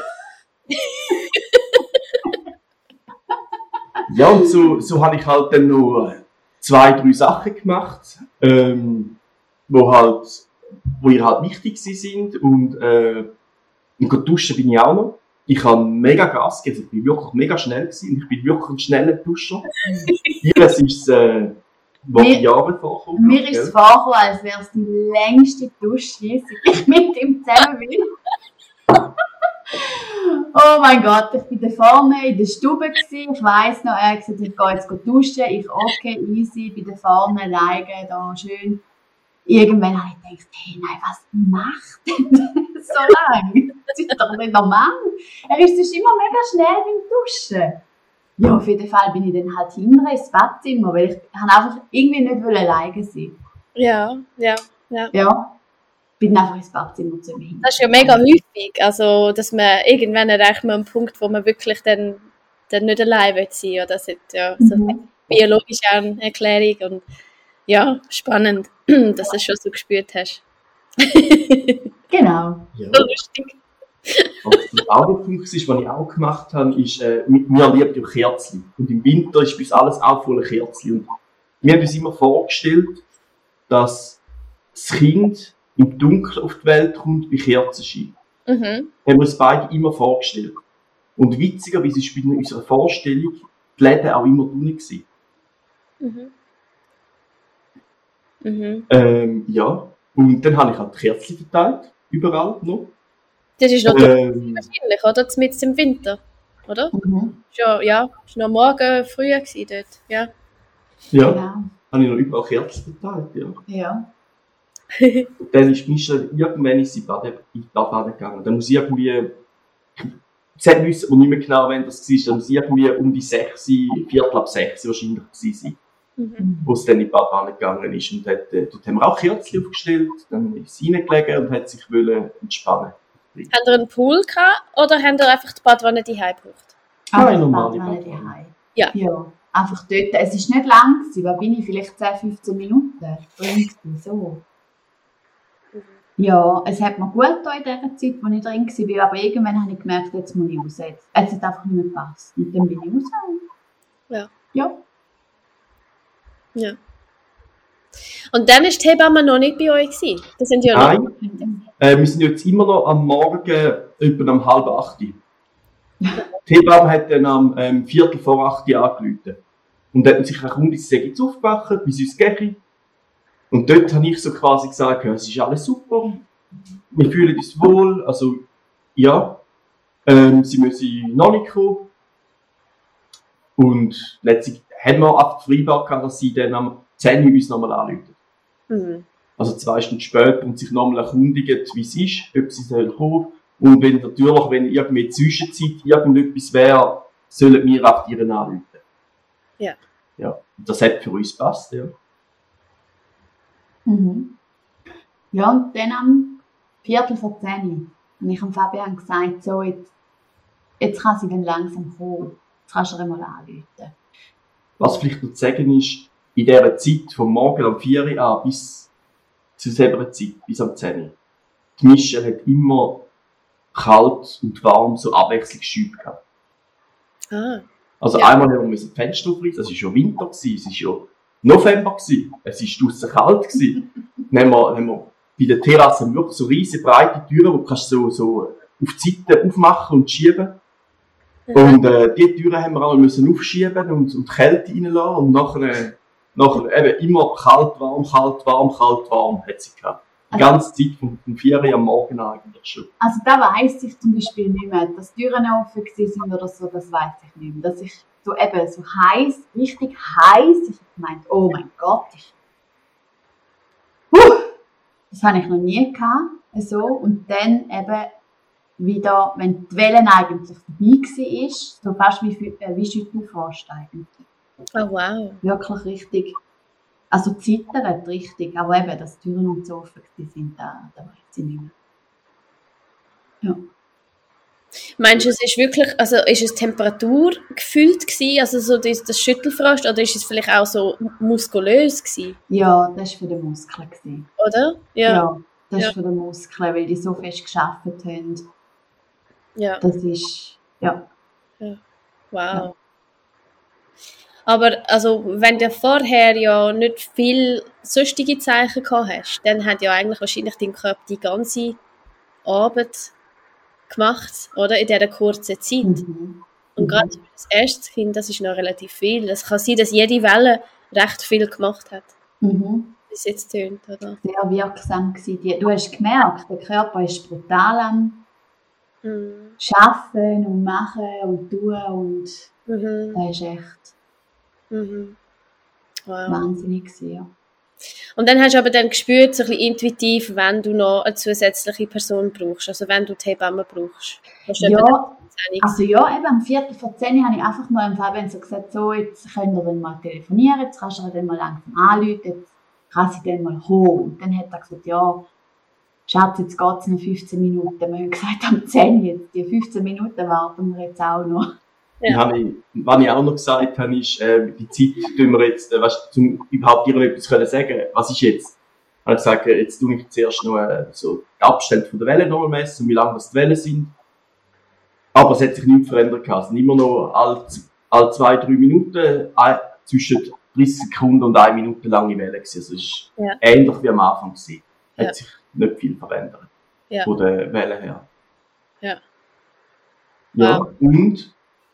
Ja, und so habe ich halt dann noch 2, 3 Sachen gemacht, wo ihr halt wichtig sind und duschen bin ich auch noch. Ich habe mega Gas gegeben, ich bin wirklich mega schnell gewesen und ich bin wirklich ein schneller Duscher. Hier ist es Jahre vorgekommen. Mir ist es vorgekommen, als wäre es die längste Dusche, seit ich mit ihm zusammen bin. Oh mein Gott, ich bin da vorne in der Stube gewesen. Ich weiss noch, er hat gesagt, ich gehe jetzt duschen. Ich, okay, easy, bin da vorne alleine, da schön. Irgendwann habe ich gedacht, hey, nein, was macht denn so lange? Das ist doch nicht normal. Er ist sonst immer mega schnell beim Duschen. Ja, auf jeden Fall bin ich dann halt hinten ins Badzimmer, weil ich einfach irgendwie nicht alleine sein. Ja. Ja. Bin einfach ins Badzimmer zu mir hin. Das ist ja mega häufig, also dass man irgendwann erreicht man einen Punkt, wo man wirklich dann nicht allein sein will. Das ist ja so biologisch auch eine Erklärung und ja, spannend, dass du es schon so gespürt hast. Genau. Ja. So lustig. Und der andere Punkt, was ich auch gemacht habe, ist, mir liebt ja Kerzchen. Und im Winter ist bei uns alles auch voller Kerzchen. Und wir haben uns immer vorgestellt, dass das Kind im Dunkeln auf die Welt kommt bei Kerzenschein. Mhm. Haben wir uns beide immer vorgestellt. Und witzigerweise war bei unserer Vorstellung die Läden auch immer drinnen. Mhm. Mhm. Ja. Und dann habe ich halt Kerzchen verteilt, überall noch. Das ist noch wahrscheinlich, oder? Mitten im Winter, oder? Mhm. Ja, es war noch morgen früher dort, ja. Ja, Genau. habe ich noch überall Kerzchen verteilt, ja. Ja. Und dann ist Michelle irgendwann in die Bade gegangen. Dann muss irgendwie, jetzt wissen wir nicht mehr genau, wann das war, dann muss irgendwie um die 6, 6:15 wahrscheinlich gewesen sein. wo es dann in die Badwanne gegangen ist. Und dort haben wir auch Kerzchen aufgestellt, dann ist sie reingelegen und hat sich entspannen. Habt ihr einen Pool gehabt oder habt ihr einfach die Badwanne daheim gebraucht? Nein, normale Badwanne. Ja. Ja, einfach dort. Es war nicht lang, was bin ich, vielleicht 10-15 Minuten. Irgendwie so. Ja, es hat mir gut getan in der Zeit, als ich drin war, aber irgendwann habe ich gemerkt, jetzt muss ich raus. Es hat einfach nicht mehr gepasst. Und dann bin ich raus. Ja. Ja. Ja. Und dann war die Hebamme noch nicht bei euch gewesen? Das sind ja noch... Nein, wir sind jetzt immer noch am Morgen, etwa um 7:30. Die Hebamme hat dann am 7:45 angerufen. Und hat sich erkundigt, sie sei jetzt aufgewacht, wie es uns geht. Und dort habe ich so quasi gesagt, ja, es ist alles super, wir fühlen uns wohl, also ja, sie müssen noch nicht kommen. Und letztlich haben wir auch vereinbart, dass sie dann am 10 Uhr uns nochmal anrufen. Also 2 Stunden später und sich nochmal erkundigen, wie es ist, ob sie kommen. Und wenn irgendwie in der Zwischenzeit irgendetwas wäre, sollen wir auch ihren anrufen. Ja. Ja, das hat für uns gepasst, ja. Ja, und dann am 9:45 habe ich am Fabian gesagt, so, jetzt kann sie dann langsam kommen. Jetzt kannst du ihr mal anrufen. Was vielleicht noch zu sagen ist, in dieser Zeit, vom Morgen um 4 Uhr an bis zur selben Zeit, bis am 10 Uhr, die Mische hat immer kalt und warm, so Abwechslungsschübe gehabt. Also einmal haben wir das Fenster aufreißen, es war schon Winter, es war schon November, es war draussen kalt. Dann haben wir bei der Terrasse wirklich so riesige breite Türen, die kannst du so auf die Seite aufmachen und schieben. Und die Türen haben wir auch müssen aufschieben und Kälte reinlassen. Und nachher eben immer kalt, warm, hat sie gehabt. Die ganze Zeit vom 4 Uhr am Morgen eigentlich schon. Also da weiss ich zum Beispiel nicht mehr, dass die Türen offen waren oder so, das weiss ich nicht mehr. Dass ich so eben so heiß, richtig heiß, ich habe gemeint, oh mein Gott, das habe ich noch nie gehabt, so. Und dann eben wieder, wenn die Welle eigentlich vorbei war, so fast wie Schüttelfrost eigentlich. Oh wow. Wirklich richtig, also zittert richtig, aber eben, dass die Türen und so offen sind, da weiß ich nicht mehr. Ja. Meinst du, es ist wirklich, also ist es Temperatur gefüllt gewesen, also so das Schüttelfrost, oder ist es vielleicht auch so muskulös gewesen? Ja, das war für die Muskeln gewesen. Oder? Ja, das ist für die Muskeln, weil die so fest gearbeitet haben. Ja. Das ist, ja. Wow. Ja. Aber also, wenn du vorher ja nicht viel sonstige Zeichen gehabt hast, dann hat ja eigentlich wahrscheinlich dein Körper die ganze Arbeit gemacht, oder? In dieser kurzen Zeit. Und gerade für das erste Kind, das ist noch relativ viel. Es kann sein, dass jede Welle recht viel gemacht hat. Wie es jetzt tönt, oder? Sehr wirksam gewesen. Du hast gemerkt, der Körper ist brutal am Arbeiten und machen und tun und das ist echt wahnsinnig gewesen, ja. Und dann hast du aber dann gespürt, so ein bisschen intuitiv, wenn du noch eine zusätzliche Person brauchst, also wenn du die Hebamme brauchst. Ja, also ja, eben am 9:45 habe ich einfach mal dem Fabian so gesagt, so, jetzt könnt ihr dann mal telefonieren, jetzt kannst du ihr dann mal langsam anrufen, jetzt kann sie dann mal kommen. Und dann hat er gesagt, ja, Schatz, jetzt geht es noch 15 Minuten. Wir haben gesagt, am 10 jetzt, die 15 Minuten warten wir jetzt auch noch. Ja. Was ich auch noch gesagt habe, ist, die Zeit tun wir jetzt, um überhaupt ihr etwas zu sagen, was ist jetzt? Ich habe gesagt, jetzt tue ich zuerst noch so die Abstände von der Wellen noch messen und wie lang das die Wellen sind. Aber es hat sich nichts verändert. Es sind immer noch alle 2-3 Minuten zwischen 30 Sekunden und 1 Minute lange Wellen gewesen. Also es ist ähnlich wie am Anfang gewesen. Hat sich nicht viel verändert. Von der Welle her. Ja, und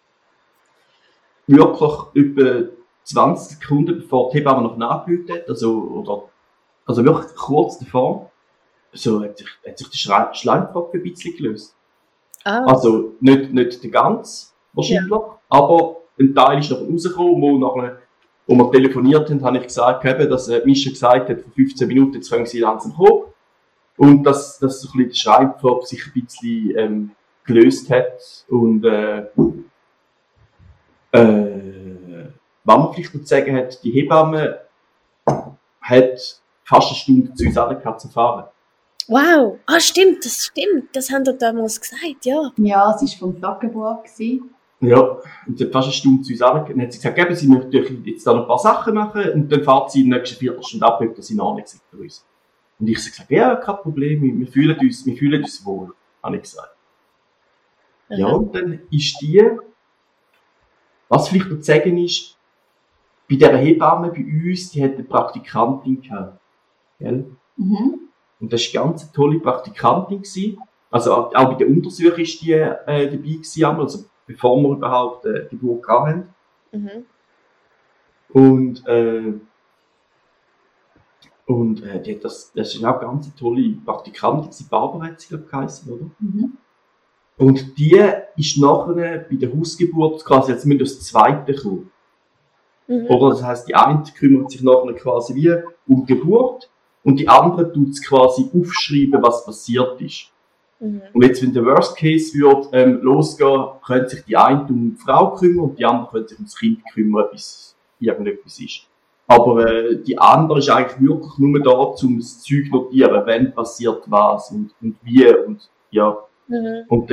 wirklich etwa 20 Sekunden bevor die Hebamme noch nachgerufen hat, also wirklich kurz davor, so hat sich der Schleimfropfen ein bisschen gelöst. Also nicht der ganz wahrscheinlich, aber ein Teil ist noch rausgekommen, wo wir telefoniert haben, habe ich gesagt, dass Mischa gesagt hat, vor 15 Minuten, jetzt können sie langsam kommen. Und dass so ein bisschen der Schleimfropfen sich ein bisschen gelöst hat und was man vielleicht noch zu sagen hat, die Hebamme hat fast eine Stunde zu uns alle gehabt zu fahren. Wow, stimmt, das haben wir damals gesagt, ja. Ja, es war vom Tagebuch. Ja, und sie hat fast eine Stunde zu uns alle und hat sie gesagt, eben, sie möchte jetzt da noch ein paar Sachen machen und dann fährt sie in der nächsten Viertelstunde ab, ob das in Ordnung ist für uns. Und ich habe gesagt, ja, kein Problem, wir fühlen uns wohl, habe ich gesagt. Ja, und dann ist was vielleicht noch zu sagen ist, bei dieser Hebamme bei uns, die hat eine Praktikantin gehabt. Gell? Mhm. Und das war eine ganz tolle Praktikantin gewesen. Also auch bei der Untersuchung ist die dabei gewesen, also bevor wir überhaupt die Geburt hatten. Mhm. Und die hat das ist auch eine ganz tolle Praktikantin gewesen. Barbara hat sie, glaube ich, geheißen, oder? Mhm. Und die ist nachher bei der Hausgeburt quasi, jetzt müssen wir das Zweite kommen. Mhm. Oder das heisst, die eine kümmert sich nachher quasi wie um die Geburt und die andere tut es quasi aufschreiben, was passiert ist. Mhm. Und jetzt, wenn der Worst Case wird losgehen, könnte sich die eine um die Frau kümmern und die andere könnte sich ums Kind kümmern, bis irgendetwas ist. Aber die andere ist eigentlich wirklich nur da, um das Zeug zu notieren, wenn passiert was und wie und ja. Mhm. Und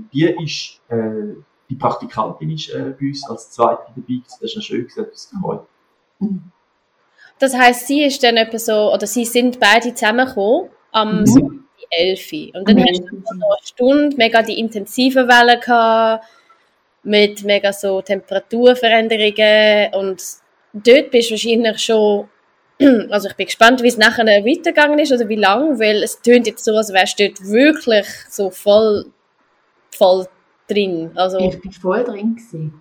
die Praktikantin ist bei uns als Zweite dabei gewesen. Das ist ja schön, das hat uns gefreut. Das heisst, sie ist dann etwa so, oder sie sind beide zusammengekommen am 11. Und dann hast du so eine Stunde mega die intensiven Wellen gehabt, mit mega so Temperaturveränderungen und dort bist du wahrscheinlich schon, also ich bin gespannt, wie es nachher weitergegangen ist oder wie lange, weil es tönt jetzt so, als wärst du dort wirklich so voll drin. Also, Ich bin voll drin gewesen.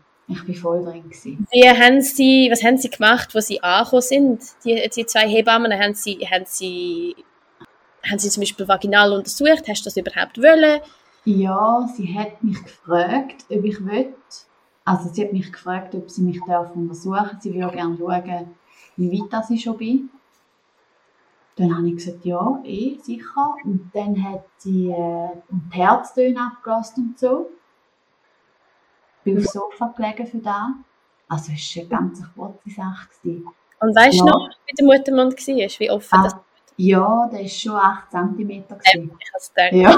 was haben sie gemacht, als sie angekommen sind? Die zwei Hebammen, haben sie zum Beispiel vaginal untersucht? Hast du das überhaupt wollen? Ja, sie hat mich gefragt, ob ich will. Also sie hat mich gefragt, ob sie mich untersuchen darf. Sie würde gerne schauen, wie weit ich schon bin. Dann habe ich gesagt, ja, sicher. Und dann hat sie die Herztöne abgelassen und so. Ich bin aufs Sofa gelegen für das. Also es war eine ganz kurze Sache. Und weißt du Ja. noch, wie der Muttermund war? Wie offen das Ja, der war schon 8 cm. ich habe es gedacht. Ja.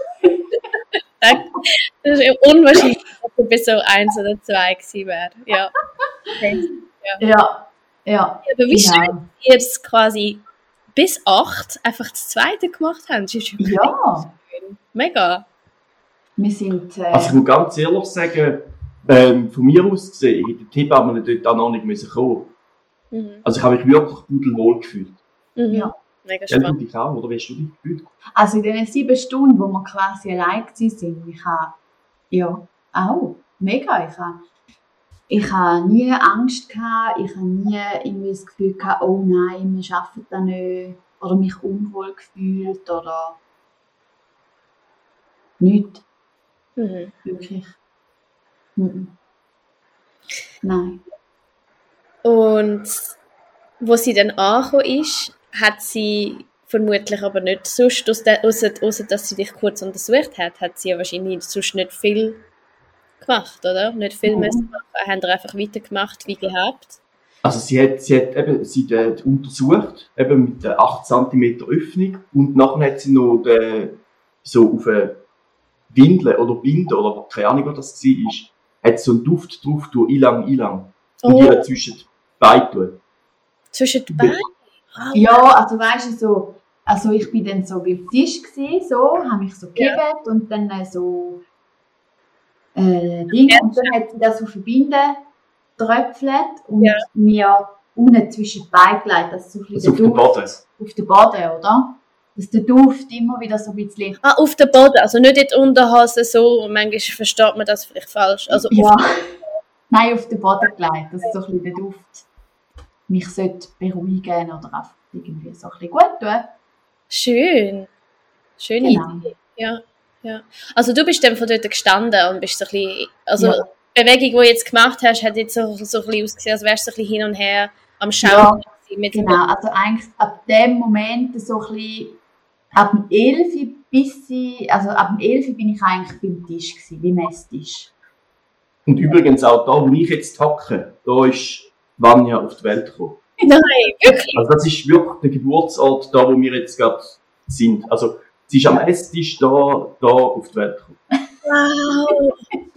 Das ist unwahrscheinlich, dass du bis so 1 oder 2 gewesen wäre. Ja. Okay. Ja. Aber wie schön, Genau. dass ihr es quasi bis 8 einfach das Zweite gemacht habt. Das ist Ja, mega. wir sind... Also ich muss ganz ehrlich sagen, von mir aus gesehen, hätte die Hebamme dort auch noch nicht kommen müssen. Mhm. Also ich habe mich wirklich pudelwohl gefühlt. Mhm. Ja. Mega Gell, spannend. du dich auch, oder wie hast du dich gefühlt? Also in den 7 Stunden, wo wir quasi allein waren, ich habe ja auch mega. Ich habe nie Angst gehabt, ich habe nie irgendwie das Gefühl gehabt, oh nein, wir schaffen das nicht, oder mich unwohl gefühlt oder nichts, Mhm. wirklich. Mhm. Nein. Und wo sie dann angekommen ist, hat sie vermutlich aber nicht sonst, ausser dass sie dich kurz untersucht hat sie ja wahrscheinlich sonst nicht viel gemacht, oder? Nicht viel müssen machen. Haben ihr einfach weitergemacht wie gehabt? Also sie hat untersucht, eben mit der 8 cm Öffnung und nachher hat sie noch so auf eine Windel oder Binde oder keine Ahnung, was das war, hat so einen Duft drauf, durch Ilang. Und die zwischen die Beine tun. Zwischen den Beinen? Ja, also weißt du, so, also ich bin dann so beim Tisch gewesen, so, habe mich so gehebt und dann so Ding, und dann hat sie das so verbinden, tröpfelt und mir unten zwischen die Beine gelegt, dass so ein bisschen Also auf den Boden, oder? Dass der Duft immer wieder so ein bisschen... Auf den Boden, also nicht in die Unterhose so, und manchmal versteht man das vielleicht falsch. Also Ja, nein, auf den Boden gelegt, dass so ein bisschen der Duft mich sollte beruhigen oder einfach irgendwie so ein bisschen gut tun. Schön. Schöne Genau. Idee. Ja. Also du bist dann von dort gestanden und bist so ein bisschen, also Ja. die Bewegung, die du jetzt gemacht hast, hat jetzt so ein bisschen ausgesehen, als wärst du so ein bisschen hin und her am Schauen. Mit Genau, also eigentlich ab dem Moment so ein bisschen, ab dem 11 bin ich eigentlich beim Tisch gewesen, beim Esstisch. Und übrigens auch da, wo ich jetzt hocke, da ist Vanja auf die Welt gekommen. Nein, wirklich? Also das ist wirklich der Geburtsort, da wo wir jetzt gerade sind. Also sie ist am Esstisch da auf die Welt gekommen. Wow.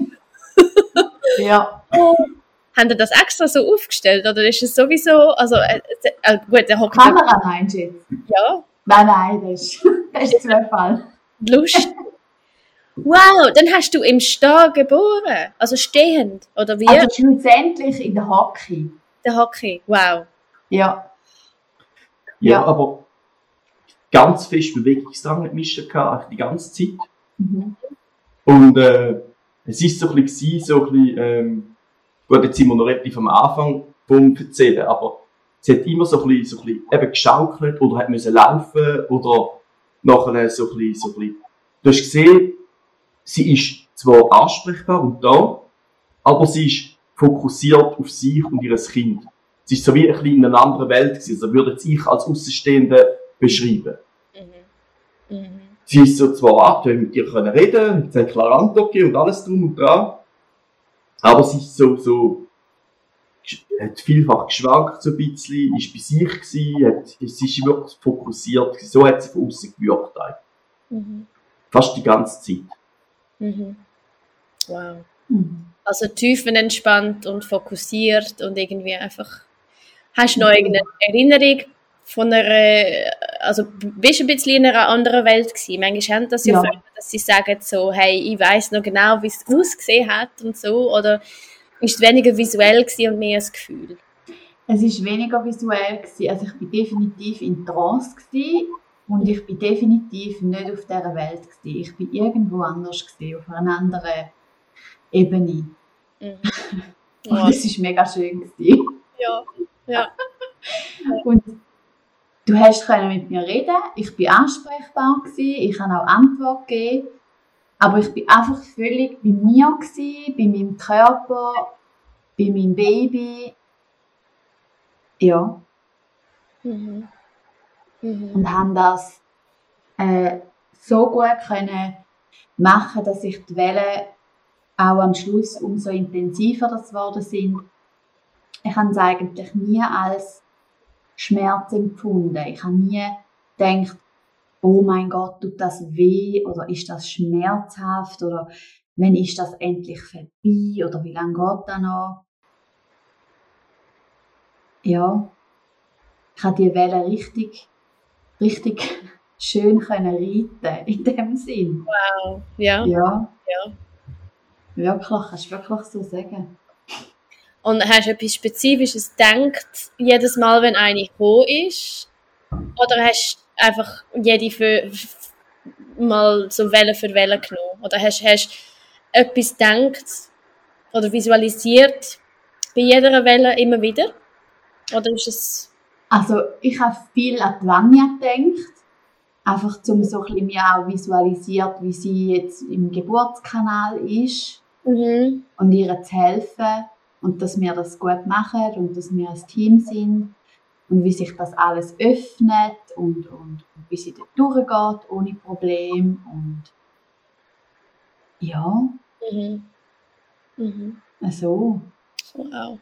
Ja. Haben ihr das extra so aufgestellt? Oder ist es sowieso, also, gut, der hockt Kamera meinst du jetzt? ja, Nein, das ist Zufall. lustig. Wow, dann hast du im Stehen geboren, also stehend, oder wie? Also schlussendlich in der Hockey. Der Hockey, wow. Ja. Ja, aber ganz fest Bewegungsdrang mit Mischa gehabt, eigentlich die ganze Zeit. Mhm. Und es ist so ein bisschen, gut, jetzt sind wir noch relativ am Anfang vom Erzählen, aber sie hat immer so ein bisschen eben geschaukelt oder hat müssen laufen oder nachher so ein bisschen. Du hast gesehen, sie ist zwar ansprechbar und da, aber sie ist fokussiert auf sich und ihr Kind. Sie ist so wie ein bisschen in einer anderen Welt gewesen, also würde ich als Außenstehende beschreiben. Mhm. Sie ist so zwar mit ihr können reden, sie hat klar Antwort gegeben und alles drum und dran, aber sie ist so hat vielfach geschwankt so ein bisschen, ist bei sich gewesen, sie ist wirklich fokussiert gewesen, so hat sie von außen gewirkt eigentlich. Mhm. Fast die ganze Zeit. Mhm. Wow. Mhm. Also tiefenentspannt und fokussiert und irgendwie einfach. Hast du noch irgendeine Erinnerung von einer, also bist du ein bisschen in einer anderen Welt gewesen? Manchmal haben das ja Ja. Freunde, dass sie sagen so, hey, ich weiss noch genau, wie es ausgesehen hat und so, oder ist es weniger visuell gewesen und mehr ein Gefühl? Es war weniger visuell gewesen. Also ich war definitiv in Trance gewesen und ich bin definitiv nicht auf dieser Welt gewesen. Ich bin irgendwo anders gewesen, auf einer anderen Ebene. Mhm. Und Ja. es war mega schön gewesen. Ja. Ja. Und du hast mit mir reden, ich bin ansprechbar gewesen, ich habe auch Antwort gegeben, aber ich bin einfach völlig bei mir gewesen, bei meinem Körper, bei meinem Baby. Ja. Mhm. Mhm. Und haben das so gut können machen, dass ich die Wellen auch am Schluss umso intensiver das geworden sind. Ich habe es eigentlich nie als Schmerz empfunden. Ich habe nie gedacht, oh mein Gott, tut das weh oder ist das schmerzhaft oder wann ist das endlich vorbei oder wie lange geht das noch? Ja, ich habe die Welle richtig schön können reiten in dem Sinn. Wow. Ja. Ja, Ja. wirklich, kannst du wirklich so sagen. Und hast du etwas Spezifisches gedacht, jedes Mal, wenn eine gekommen ist? Oder hast du einfach jede mal so Welle für Welle genommen? Oder hast du etwas gedacht oder visualisiert bei jeder Welle immer wieder? Oder ist es... Also ich habe viel an die Vanja gedacht, einfach um so ein bisschen mir auch visualisiert, wie sie jetzt im Geburtskanal ist Mhm. und ihr zu helfen und dass wir das gut machen und dass wir ein Team sind und wie sich das alles öffnet und wie sie dort durchgeht ohne Problem und ja, Mhm. Mhm. so. Wow.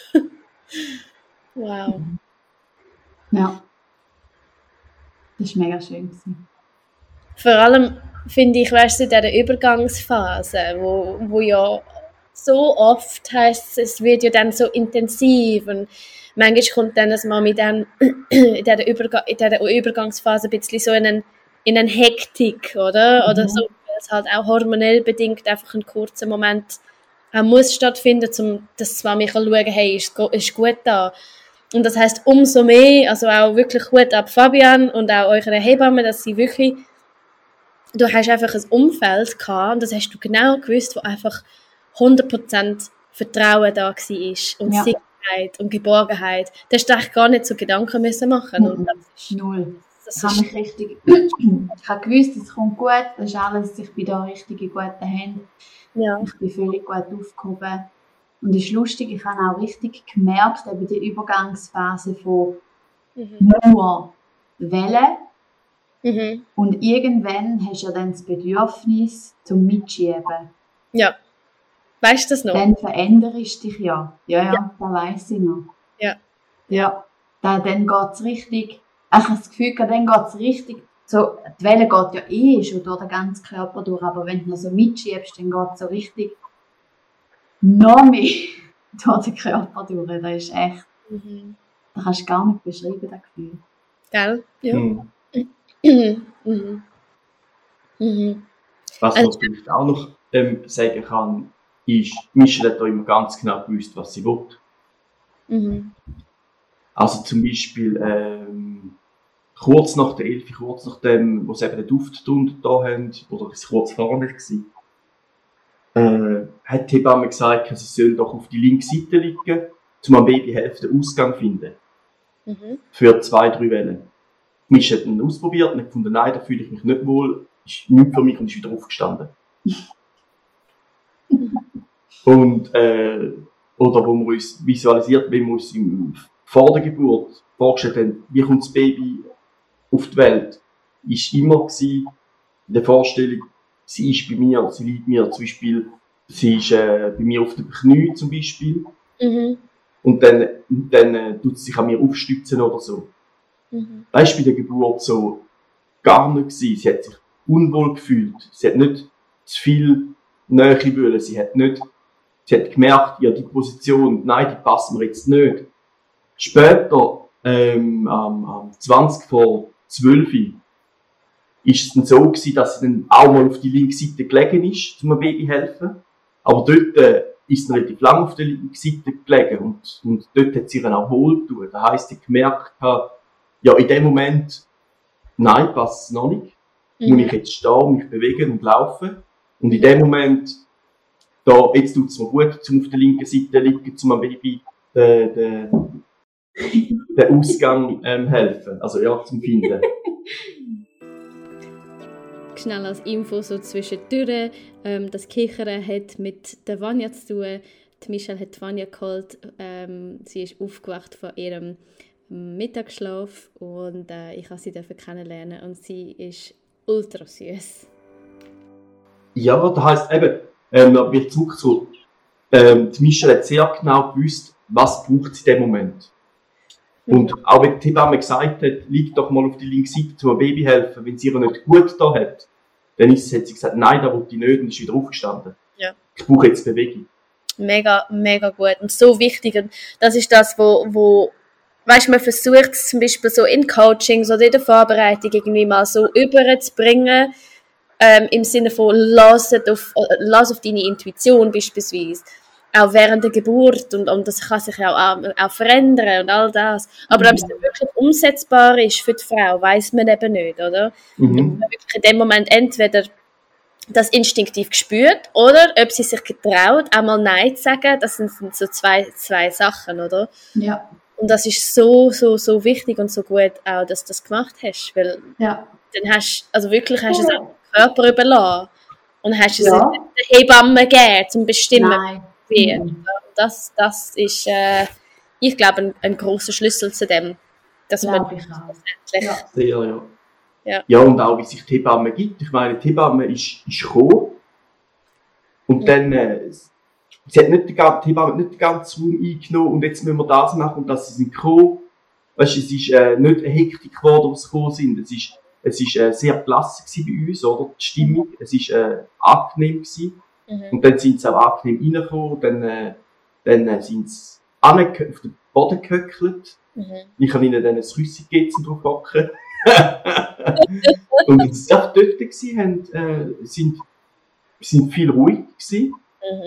Wow. Ja. Das war mega schön gewesen. Vor allem finde ich, weißt du, in dieser Übergangsphase, wo ja so oft heisst es wird ja dann so intensiv und manchmal kommt dann das mal mit dann in dieser Übergangsphase ein bisschen so in eine Hektik, oder? Oder so, weil es halt auch hormonell bedingt einfach einen kurzen Moment auch muss stattfinden, dass man mich schauen kann, hey, ist gut da. Und das heisst umso mehr, also auch wirklich gut ab Fabian und auch eure Hebamme, dass sie wirklich, du hast einfach ein Umfeld gehabt und das hast du genau gewusst, wo einfach 100% Vertrauen da war und Ja. Sicherheit und Geborgenheit. Da hast du eigentlich gar nicht so Gedanken müssen machen. Und Null. das Ich habe ist, mich richtig, ich habe gewusst, es kommt gut, das ist alles, ich bin da richtig in guten Händen, ja. ich bin völlig gut aufgehoben. Und es ist lustig, ich habe auch richtig gemerkt, eben die Übergangsphase von nur Wellen Mhm. und irgendwann hast du ja dann das Bedürfnis zum Mitschieben. Ja. Weißt du das noch? Dann veränderst du dich ja. Ja, das weiss ich noch. Ja, dann geht es richtig, ich habe das Gefühl, dann geht es richtig, so, die Welle geht ja schon durch den ganzen Körper durch, aber wenn du noch so mitschiebst, dann geht es so richtig noch mehr durch den Körper durch. Das ist echt, das kannst du gar nicht beschreiben, das Gefühl. Gell? Ja. Was man vielleicht auch noch sagen kann, ist, Michelle hat da immer ganz genau gewusst, was sie will. Also zum Beispiel kurz nach der 11, kurz nachdem, wo sie eben den Duft da haben, oder es kurz vorne war, hat die Hebamme gesagt, sie soll doch auf die linke Seite liegen, um am Babyhälfte den Ausgang zu finden. Für 2-3 Wellen. Michelle hat ihn ausprobiert und hat gefunden, nein, da fühle ich mich nicht wohl, ist nichts für mich und ist wieder aufgestanden. Und, oder wo wir uns visualisiert, wenn wir uns vor der Geburt vorgestellt haben, wie kommt das Baby auf die Welt, ist immer gewesen, in der Vorstellung, sie ist bei mir, sie liegt mir, zum Beispiel, sie ist bei mir auf den Knien zum Beispiel, und dann tut sie sich an mir aufstützen oder so. Das war bei der Geburt so gar nicht gewesen. Sie hat sich unwohl gefühlt, sie hat nicht zu viel Nähe wollen, sie hat gemerkt, ja, die Position, nein, die passt mir jetzt nicht. Später, am 20 vor 12 ist es dann so gewesen, dass sie dann auch mal auf die linke Seite gelegen ist, um dem Baby zu helfen. Aber dort ist sie relativ lang auf der linken Seite gelegen und dort hat sie dann auch wohlgetan. Das heisst, sie gemerkt hat, ja, in dem Moment, nein, passt es noch nicht. Muss ich jetzt stehen, mich bewegen und laufen. Und in dem Moment, jetzt tut es mir gut, um auf der linken Seite zu liegen, um am Baby den Ausgang helfen. Also ja, zum Finden. Schnell als Info so zwischendurch. Das Kichern hat mit der Vanya zu tun. Die Michelle hat die Vanya geholt. Sie ist aufgewacht von ihrem Mittagsschlaf und ich durfte sie kennenlernen und sie ist ultra süß. Ja, das heisst eben, wir zurück zu, die Michelle hat sehr genau gewusst, was braucht sie in dem Moment. Und auch wenn die Hebamme gesagt hat, lieg doch mal auf die linke Seite, zum Baby helfen, wenn sie ihr nicht gut da hat, dann hat sie gesagt, nein, da will ich nicht, und ist wieder aufgestanden. Ja. Ich brauche jetzt Bewegung. Mega, mega gut und so wichtig. Und das ist das, wo weißt, man versucht es zum Beispiel so in Coachings oder in der Vorbereitung irgendwie mal so überzubringen, im Sinne von lass auf deine Intuition beispielsweise. Auch während der Geburt und das kann sich ja auch verändern und all das. Aber ob es dann wirklich umsetzbar ist für die Frau, weiss man eben nicht, oder? Ob man wirklich in dem Moment entweder das instinktiv spürt oder ob sie sich getraut, einmal Nein zu sagen, das sind so zwei Sachen, oder? Ja. Und das ist so, so, so wichtig und so gut auch, dass du das gemacht hast, weil dann hast du es auch dem Körper überlassen und hast es der Hebamme gegeben, zum Bestimmen. Nein. Das ist, ich glaube, ein grosser Schlüssel zu dem, dass man sehr, ja, und auch wie sich die Hebamme gibt. Ich meine, die Hebamme ist gekommen und dann, die Hebamme hat nicht den ganzen Raum eingenommen und jetzt müssen wir das machen und das sind gekommen. Weißt du, es ist nicht eine Hektik geworden, wo sie gekommen sind. Es ist sehr gelassen bei uns, oder? Die Stimmung. Es ist angenehm gewesen. Und dann sind sie auch angenehm reingekommen, dann sind sie auf den Boden gehöckelt. Ich habe ihnen dann ein Rüssig gegeben, um drauf hocken. Und als sie dort waren, sind viel ruhiger gewesen.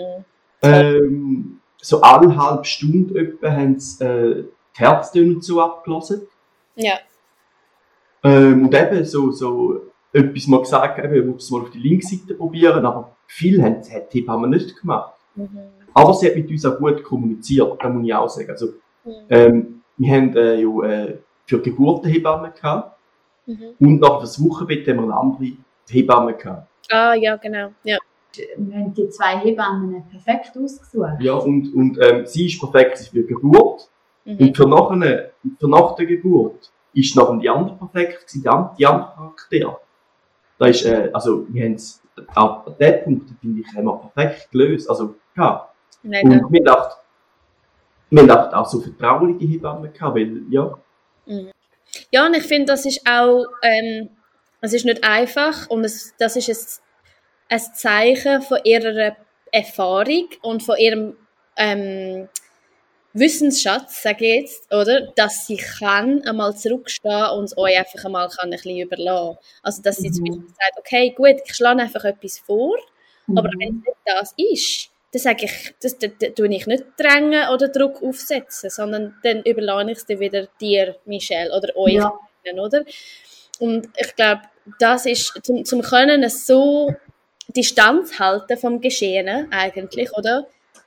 So alle halbe Stunde etwa haben sie die Herztöne so abgelassen. Ja. Und eben so etwas mal gesagt, eben, ich muss es mal auf die linke Seite probieren, aber viel haben die Hebamme nicht gemacht. Aber sie hat mit uns auch gut kommuniziert, das muss ich auch sagen. Also, wir haben für die Geburt eine Hebamme gehabt und nach das Wochenbett haben wir eine andere Hebamme gehabt. Ah, ja, genau. Ja. Wir haben die 2 Hebammen perfekt ausgesucht. Ja, und sie ist perfekt für die Geburt und für nach der Geburt ist nachher die andere perfekt gewesen, die andere Charakter. Da ist, also, wir haben es, auch an diesem Punkt, finde ich, haben wir perfekt gelöst. Also, ja. Und mir dachte, wir haben auch so vertrauliche Hebammen gehabt, weil, ja. Ja, und ich finde, das ist auch, es ist nicht einfach und das ist ein Zeichen von ihrer Erfahrung und von ihrem Wissensschatz, sage ich jetzt, oder? Dass sie kann einmal zurückstehen und es euch einfach einmal kann ein bisschen überlassen. Also, dass sie zum Beispiel sagt, okay, gut, ich schlage einfach etwas vor, aber wenn es nicht das ist, dann sage ich, das tue ich nicht drängen oder Druck aufsetzen, sondern dann überlasse ich es dann wieder dir, Michelle, oder euch, Ja. oder? Und ich glaube, das ist, zum Können so Distanz halten vom Geschehenen eigentlich, oder?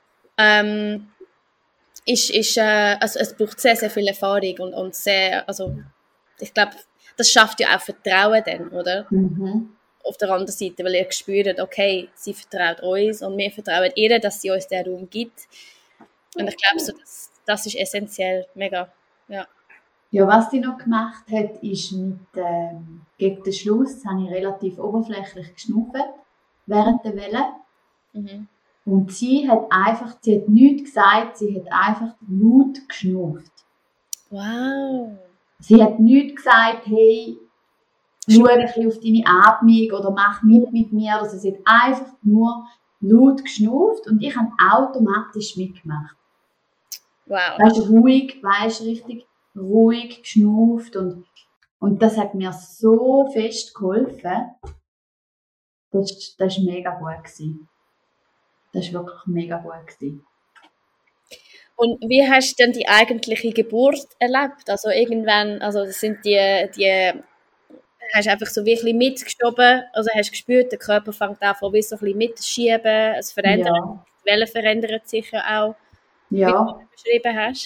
Also es braucht sehr, sehr viel Erfahrung und sehr, also ich glaube, das schafft ja auch Vertrauen dann, oder? Auf der anderen Seite, weil ihr spürt, okay, sie vertraut uns und wir vertrauen ihr, dass sie uns den Raum gibt. Und ich glaube, so, das ist essentiell, mega, ja. Ja, was die noch gemacht hat, ist gegen den Schluss habe ich relativ oberflächlich geschnauft während der Welle. Und sie hat nichts gesagt, sie hat einfach laut geschnauft. Wow. Sie hat nichts gesagt, hey, schau ein bisschen auf deine Atmung oder mach mit mir. Also sie hat einfach nur laut geschnauft und ich habe automatisch mitgemacht. Wow. Richtig ruhig geschnauft und das hat mir so fest geholfen. Das war mega gut gewesen. Das war wirklich mega gut gewesen. Und wie hast du denn die eigentliche Geburt erlebt? Also irgendwann, also das sind die hast du einfach so wirklich mitgeschoben, also hast du gespürt, der Körper fängt an, wie so ein bisschen mitzuschieben, es verändert, die Welle verändert sich ja auch, wie du beschrieben hast.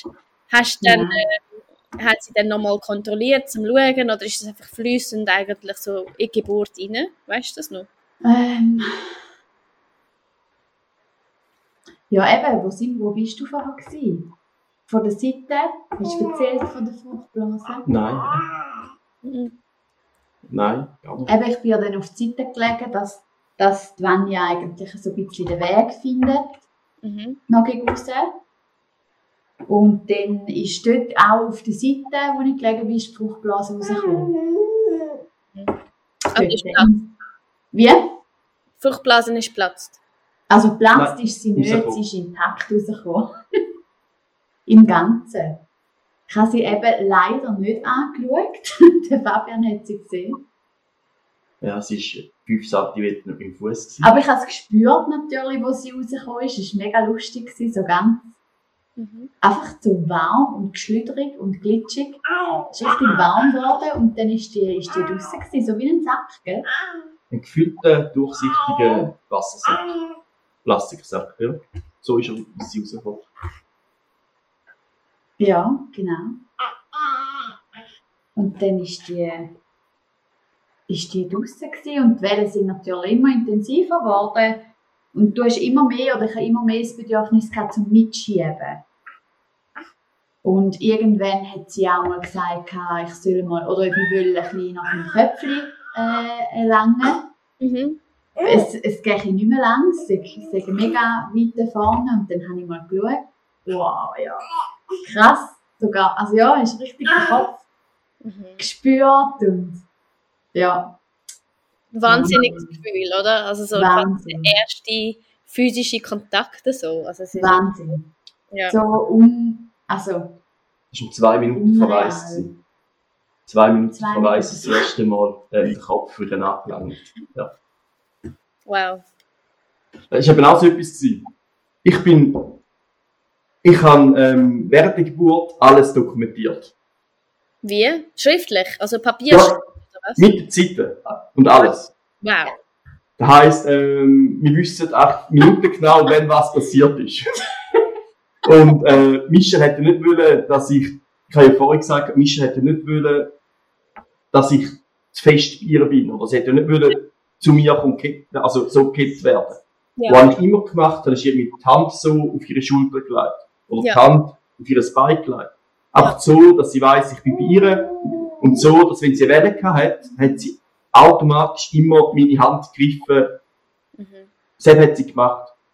Hat sie dann nochmal kontrolliert, zum Schauen, oder ist es einfach fließend eigentlich so in die Geburt rein? Weißt du das noch? Ja, eben, wo bist du vorher gewesen? Von der Seite? Hast du erzählt von der Fruchtblase? Nein, gar nicht. Eben, ich bin ja dann auf die Seite gelegen, dass die Vanja eigentlich so ein bisschen den Weg findet, noch gegen raus. Und dann ist dort auch auf der Seite, wo ich gelegen bin, die Fruchtblase rausgekommen. Wie? Die Fruchtblase ist geplatzt. Also geplatzt ist sie nicht, sie ist intakt rausgekommen. Im Ganzen. Ich habe sie eben leider nicht angeschaut. Der Fabian hat sie gesehen. Ja, sie war 5 cm im Fuß. Aber ich habe es gespürt natürlich, wo sie rausgekommen ist. Es war mega lustig, so ganz. Einfach so warm und geschlüdrig und glitschig. Es ist richtig warm geworden und dann ist die draussen gewesen, so wie ein Sack, gell? Ein gefüllter, durchsichtiger Wassersack. Plastiksack, ja. So ist sie rausgekommen. Ja, genau. Und dann ist die draussen gewesen und die Wellen sind natürlich immer intensiver geworden. Und du hast immer mehr, oder ich habe immer mehr das Bedürfnis gehabt, zum Mitschieben. Und irgendwann hat sie auch mal gesagt, ich soll mal, oder ich will ein bisschen nach dem Köpfchen langen. Es geht nicht mehr lang, es ist mega weit da vorne. Und dann habe ich mal geschaut. Wow, ja. Krass. Sogar, also ja, ist richtig den Kopf gespürt und ja. Wahnsinniges Gefühl, oder? Also so der erste physische Kontakt so. Also es ist Wahnsinn. Ja. So Das war 2 Minuten verreist. 2 Minuten verreist das erste Mal den Kopf wieder angelangt. Ja. Wow. Das war eben auch so etwas. Ich habe während der Geburt alles dokumentiert. Wie? Schriftlich? Also Papier? Ja, oder was? mit der Zeit und alles. Wow. Das heisst, wir wissen 8 Minuten genau, wenn was passiert ist. Und Michelle hätte nicht wollen, dass ich habe ja vorhin gesagt, Michelle hätte nicht wollen, dass ich zu fest bei ihr bin. Oder sie hätte nicht wollen, zu mir also so gekettet werden. Ja. Was ich immer gemacht habe, ist ihr mit der Hand so auf ihre Schulter gelegt. Oder die Hand auf ihr Bein gelegt. Einfach so, dass sie weiss, ich bin bei ihr. Und so, dass wenn sie eine Welle hatte, hat sie automatisch immer meine Hand gegriffen. Das hat sie gemacht.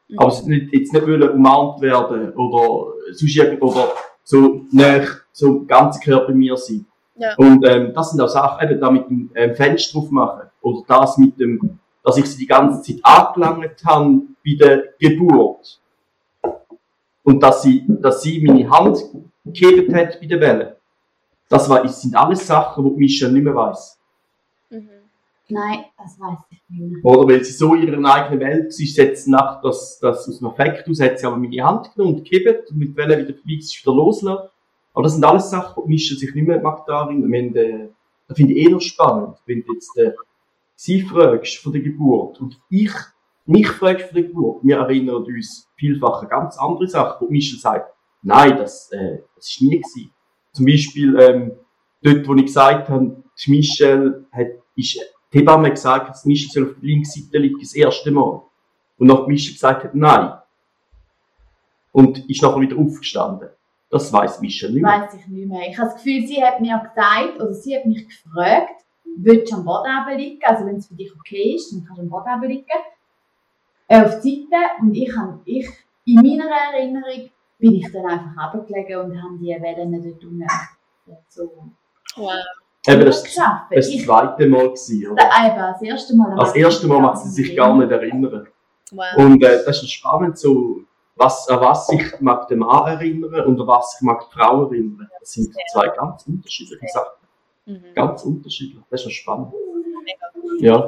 Aber es jetzt nicht wollen umarmt werden oder sonst oder so näher, so ganz Körper bei mir sein. Ja. Und das sind auch Sachen, eben da mit dem Fenster drauf machen. Oder das mit dem, dass ich sie die ganze Zeit angelangt habe bei der Geburt. Und dass sie meine Hand gehebt hat bei der Welle. Das sind alles Sachen, die Mischa nicht mehr weiss. Mhm. Nein, das weiss ich nicht mehr. Oder weil sie so in ihrer eigenen Welt war, setzt nach das aus dem Effekt aus, hat sie aber meine Hand genommen und gehebt und mit Welle wieder wieder loslassen. Aber das sind alles Sachen, die Mischa sich nicht mehr mag da erinnern. Das finde ich noch spannend, wenn du jetzt sie fragst von der Geburt und mich fragst von der Geburt. Wir erinnern uns vielfach an ganz andere Sachen, wo Mischa sagt, nein, das ist nie gewesen. Zum Beispiel, dort, wo ich gesagt habe, die Michelle die Hebamme gesagt, dass Michelle soll auf der linken Seite liegen, das erste Mal. Und nachher Michelle gesagt hat, nein. Und ist nachher wieder aufgestanden. Das weiss Michelle nicht mehr. Weiss ich nicht mehr. Ich habe das Gefühl, sie hat mir gesagt, oder sie hat mich gefragt, willst du am Boden liegen? Also wenn es für dich okay ist, dann kannst du am Boden liegen. Auf die Seite. Und in meiner Erinnerung bin ich dann einfach runtergelegen und habe die Wellen dort unten so Wow. Eben, das geschafft. war das zweite Mal gewesen, oder? Das erste Mal. Das erste Mal mag sie sich gar nicht erinnern. Wow. Und das ist spannend, so, an was ich mag den Mann erinnern und an was ich mag die Frau erinnern. Das sind zwei ganz unterschiedliche Sachen. Mhm. Ganz unterschiedlich. Das ist noch spannend. Mega. Ja.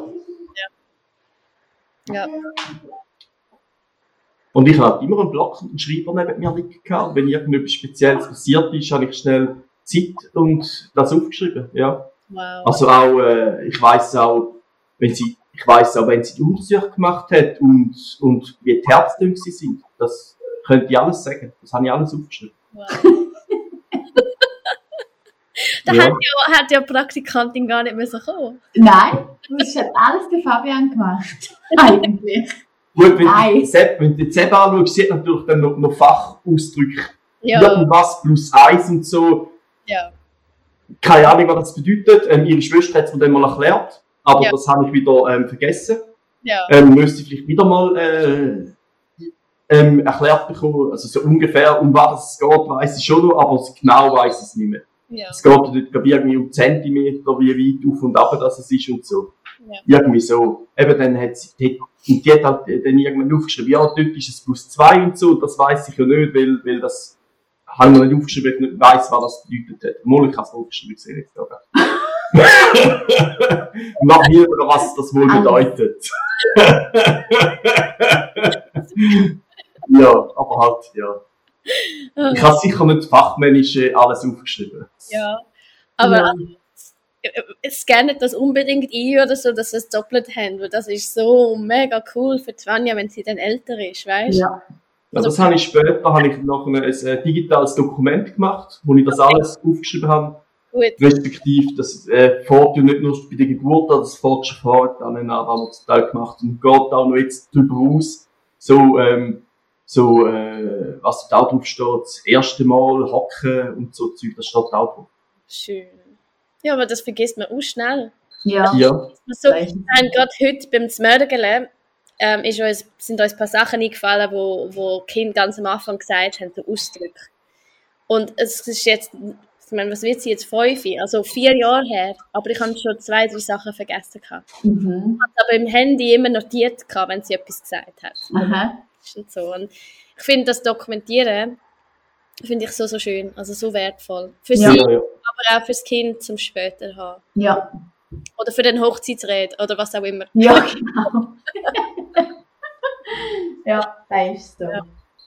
Ja. Und ich hatte immer einen Block und einen Schreiber neben mir liegen gehabt. Wenn irgendetwas Spezielles passiert ist, habe ich schnell Zeit und das aufgeschrieben. Ja. Wow. Also auch, ich weiss auch, wenn sie die Untersuchung gemacht hat und wie die Ärzte sie sind. Das könnte ich alles sagen. Das habe ich alles aufgeschrieben. Wow. Da hat ja die Praktikantin gar nicht müssen kommen. Nein, das hat alles der Fabian gemacht. Eigentlich. Gut, wenn du die Sepp anschaust, sie hat natürlich dann noch Fachausdrücke. Ja. Irgendwas plus 1 und so. Ja. Keine Ahnung, was das bedeutet. Ihre Schwester hat es mir dann mal erklärt. Aber das habe ich wieder vergessen. Ja. Müsste ich vielleicht wieder mal erklärt bekommen. Also so ungefähr, um was es geht, weiss ich schon noch, aber genau weiss ich es nicht mehr. Ja. Es geht dort irgendwie um Zentimeter, wie weit auf und ab das ist und so. Ja. Irgendwie so. Eben dann hat sie, und die hat halt dann irgendwann aufgeschrieben, ja, dort ist es plus 2 und so, das weiss ich ja nicht, weil das habe ich noch nicht aufgeschrieben, weil ich nicht weiss, was das bedeutet hat. Mal, ich habe es aufgeschrieben, ich sehe jetzt da. Mach mir über was das wohl bedeutet. Ja, aber halt, ja. Ich habe sicher nicht fachmännisch alles aufgeschrieben. Ja. Aber scannt das unbedingt ein oder so, dass sie es doppelt haben, weil das ist so mega cool für Vanja, wenn sie dann älter ist, weißt du? Ja. Ja, das habe ich später, noch ein digitales Dokument gemacht, wo ich das alles aufgeschrieben habe. Gut. Respektive, das fährt ja nicht nur bei der Geburt an, das fährt schon vorher an, haben wir zum Teil gemacht und geht auch noch jetzt darüber aus, was da drauf steht, das erste Mal hocken und so Zeug, das steht auch drauf. Schön. Ja, aber das vergisst man auch schnell. Ja. Ja. So, wir haben gerade heute beim Zmörgele sind uns ein paar Sachen eingefallen, wo die Kinder ganz am Anfang gesagt haben, so Ausdrücke. Und es ist jetzt, ich meine, was wird sie jetzt, 5? Also 4 Jahre her, aber ich habe schon 2, 3 Sachen vergessen gehabt. Mhm. Ich habe aber im Handy immer notiert gehabt, wenn sie etwas gesagt hat. Aha. Und so. Und ich finde das Dokumentieren finde ich so schön, also so wertvoll. Für Ja. sie, Ja. aber auch fürs Kind zum später haben. Ja. Oder für den Hochzeitsred oder was auch immer. Ja, genau. Ja, das ist so.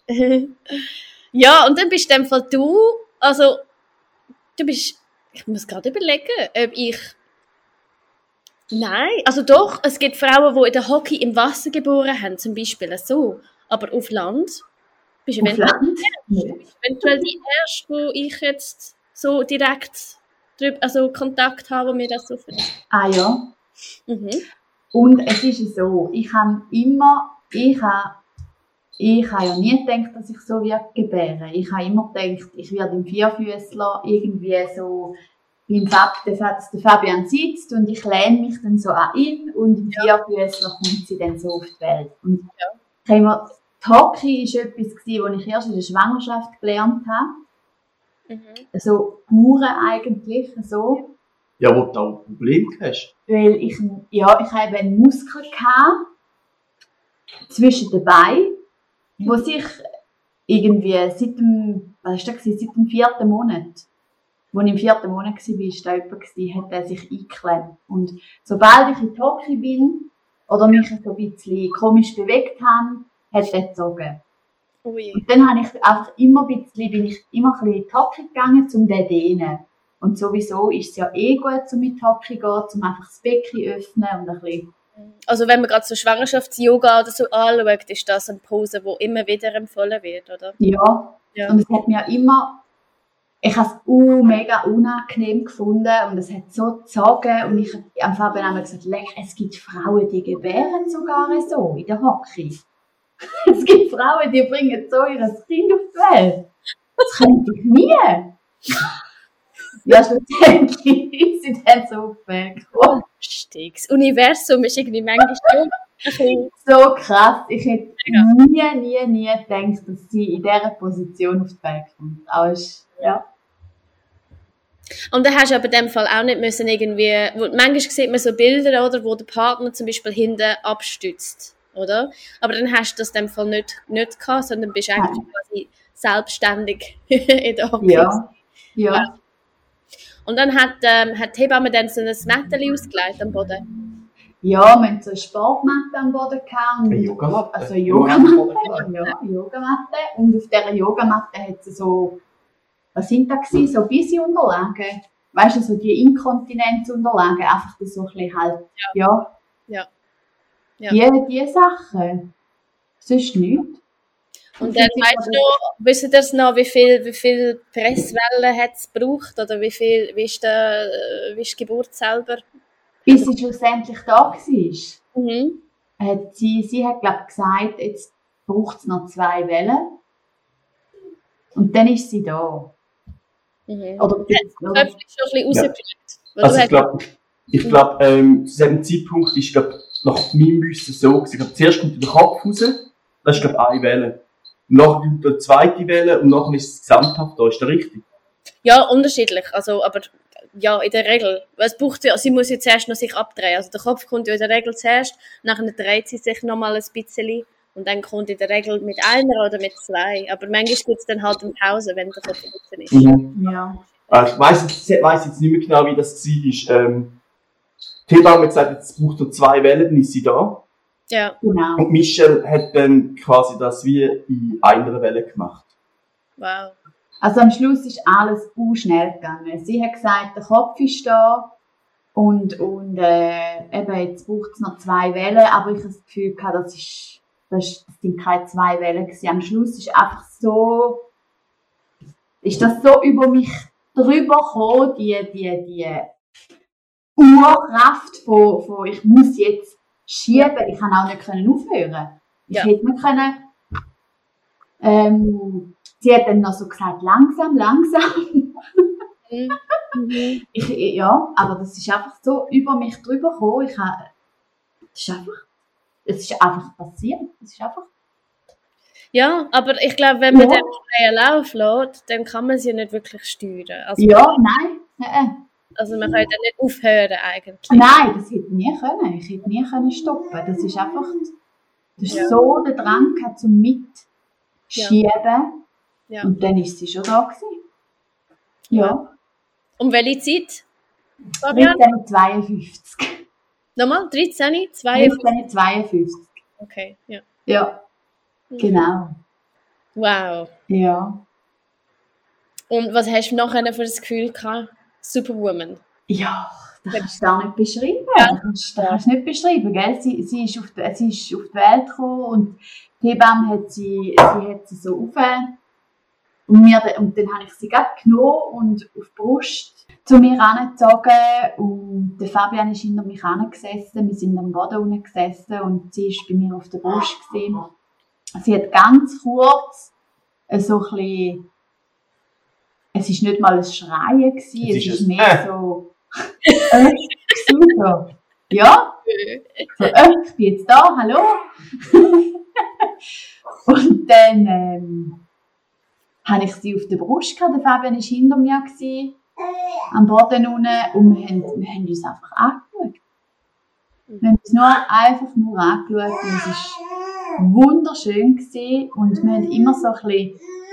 Ja, und dann bist in dem Fall du, also du bist, ich muss gerade überlegen, ob ich, nein, also doch, es gibt Frauen, die in der Hockey im Wasser geboren haben, zum Beispiel so, aber auf Land bist du Auf Land? eventuell die erste, wo ich jetzt so direkt Kontakt habe, wo mir das so erzählt. Ah ja. Mhm. Und es ist so, ich habe ja nie gedacht, dass ich so gebären. Ich habe immer gedacht, ich werde im Vierfüßler irgendwie so, dass der Fabian sitzt und ich lehne mich dann so an ihn und im Vierfüßler kommt sie dann so auf die Welt. Und ich habe immer Hockey war etwas, was ich erst in der Schwangerschaft gelernt habe. Also Bauern eigentlich, so. Ja, wo du auch ein Problem hast. Weil ich habe einen Muskel gehabt, zwischen den Beinen, wo sich irgendwie seit dem 4. Monat, als ich im 4. Monat war, hat er sich eingeklemmt. Und sobald ich in die Hockey bin oder mich so ein bisschen komisch bewegt habe, hat er gezogen. Ui. Und dann habe ich einfach immer ein bisschen in die Hockey gegangen, um den zu dehnen. Und sowieso ist es ja gut, um in die Hockey zu gehen, um einfach das Becken zu öffnen und ein bisschen. Also wenn man gerade so Schwangerschafts-Yoga oder so anschaut, ist das eine Pose, die immer wieder empfohlen wird, oder? Ja. Und es hat mir immer, ich habe es mega unangenehm gefunden und es hat so gezogen und ich habe am Fabian einmal gesagt, es gibt Frauen, die gebären sogar so in der Hockey. Es gibt Frauen, die bringen so ihr Kind auf die Welt. Das könnte ich nie. Ja, schlussendlich ist sie dann so auf die Welt gekommen. Das Universum ist irgendwie manchmal schon so krass. Ich hätte nie gedacht, dass sie in dieser Position auf die Welt kommt. Aber ja. Und dann hast du aber in dem Fall auch nicht müssen irgendwie, manchmal sieht man so Bilder, oder, wo der Partner zum Beispiel hinten abstützt, oder? Aber dann hast du das in dem Fall nicht gehabt, sondern bist eigentlich quasi selbstständig in der Hockey. Ja. Und dann hat die Hebamme dann so ein Mätteli ausgelegt am Boden. Ja, wir hatten so eine Sportmatte am Boden gehabt. Eine Yogamatte? Also eine Yogamatte, ja, eine Yogamatte. Und auf dieser Yogamatte hat sie so, was sind das gewesen? So Busy-Unterlagen. Weißt du, so die Inkontinenzunterlagen. Einfach so ein bisschen halt, ja. Die Sachen. Sonst nichts. Und dann wisst ihr das noch, wie viel Presswellen hat es gebraucht? Oder wie ist die Geburt selber? Bis sie schlussendlich da war. Mhm. Sie hat, glaube ich, gesagt, jetzt braucht es noch 2 Wellen. Und dann ist sie da. Mhm. Oder schon ein bisschen rausgepflückt. Also ich glaube, zu diesem Zeitpunkt ist, nach meinem Wissen so gewesen. Zuerst kommt der Kopf raus, das ist, glaube ich, eine Welle. Nachher kommt die zweite Welle und nachher ist es gesamthaft da. Ist das richtig? Ja, unterschiedlich. Also, aber ja, in der Regel. Es braucht ja, sie muss ja zuerst noch sich abdrehen. Also der Kopf kommt ja in der Regel zuerst, nachher dreht sie sich nochmal ein bisschen und dann kommt in der Regel mit einer oder mit 2. Aber manchmal gibt es dann halt eine Pause, wenn der Kopf draußen ist. Ja. Ich weiss jetzt nicht mehr genau, wie das war. Die Hebamme hat gesagt, es braucht noch 2 Wellen, dann ist sie da. Ja. Genau. Und Michelle hat dann quasi das wie in einer Welle gemacht. Wow. Also am Schluss ist alles schnell gegangen. Sie hat gesagt, der Kopf ist da und eben jetzt braucht es noch 2 Wellen, aber ich habe das Gefühl gehabt, das sind keine 2 Wellen gewesen. Am Schluss ist einfach so, ist das so über mich drüber gekommen, die Urkraft von ich muss jetzt schieben. Ich kann auch nicht aufhören. Ich hätte nicht können. Sie hat dann noch so gesagt, langsam. Aber das ist einfach so über mich drüber gekommen. Es ist einfach passiert. Es ist einfach. Ja, aber ich glaube, wenn man den freien Lauf lässt, dann kann man sie nicht wirklich steuern. Also, Nein. Also man könnte nicht aufhören eigentlich. Nein, das hätte ich nie können. Ich hätte nie können stoppen. Das ist einfach, so der Drang zum Mitschieben. Ja. Und dann ist sie schon da gewesen. Ja. Um welche Zeit? Fabian? 1352. Nochmal? 13? 52? 1352. Okay, ja. Ja, genau. Wow. Ja. Und was hast du nachher für ein Gefühl gehabt? Superwoman. Ja, das kannst du gar nicht beschreiben. Ja. Das kannst du nicht beschreiben, gell? Sie ist auf die Welt gekommen und die Hebamme hat sie so auf und dann habe ich sie gerade genommen und auf die Brust zu mir herangezogen und der Fabian ist hinter mich herangesessen, wir sind am Boden unten gesessen und sie ist bei mir auf der Brust gewesen. Sie hat ganz kurz so ein bisschen, es war nicht mal ein Schreien gewesen, es ist mehr so, so. Ja, so, ich bin jetzt da, hallo. Und dann habe ich sie auf der Brust gehabt, der Fabian war hinter mir, am Boden unten, und wir haben uns einfach angeschaut. Wir haben uns einfach nur angeschaut und es war wunderschön gewesen. Und wir haben immer so ein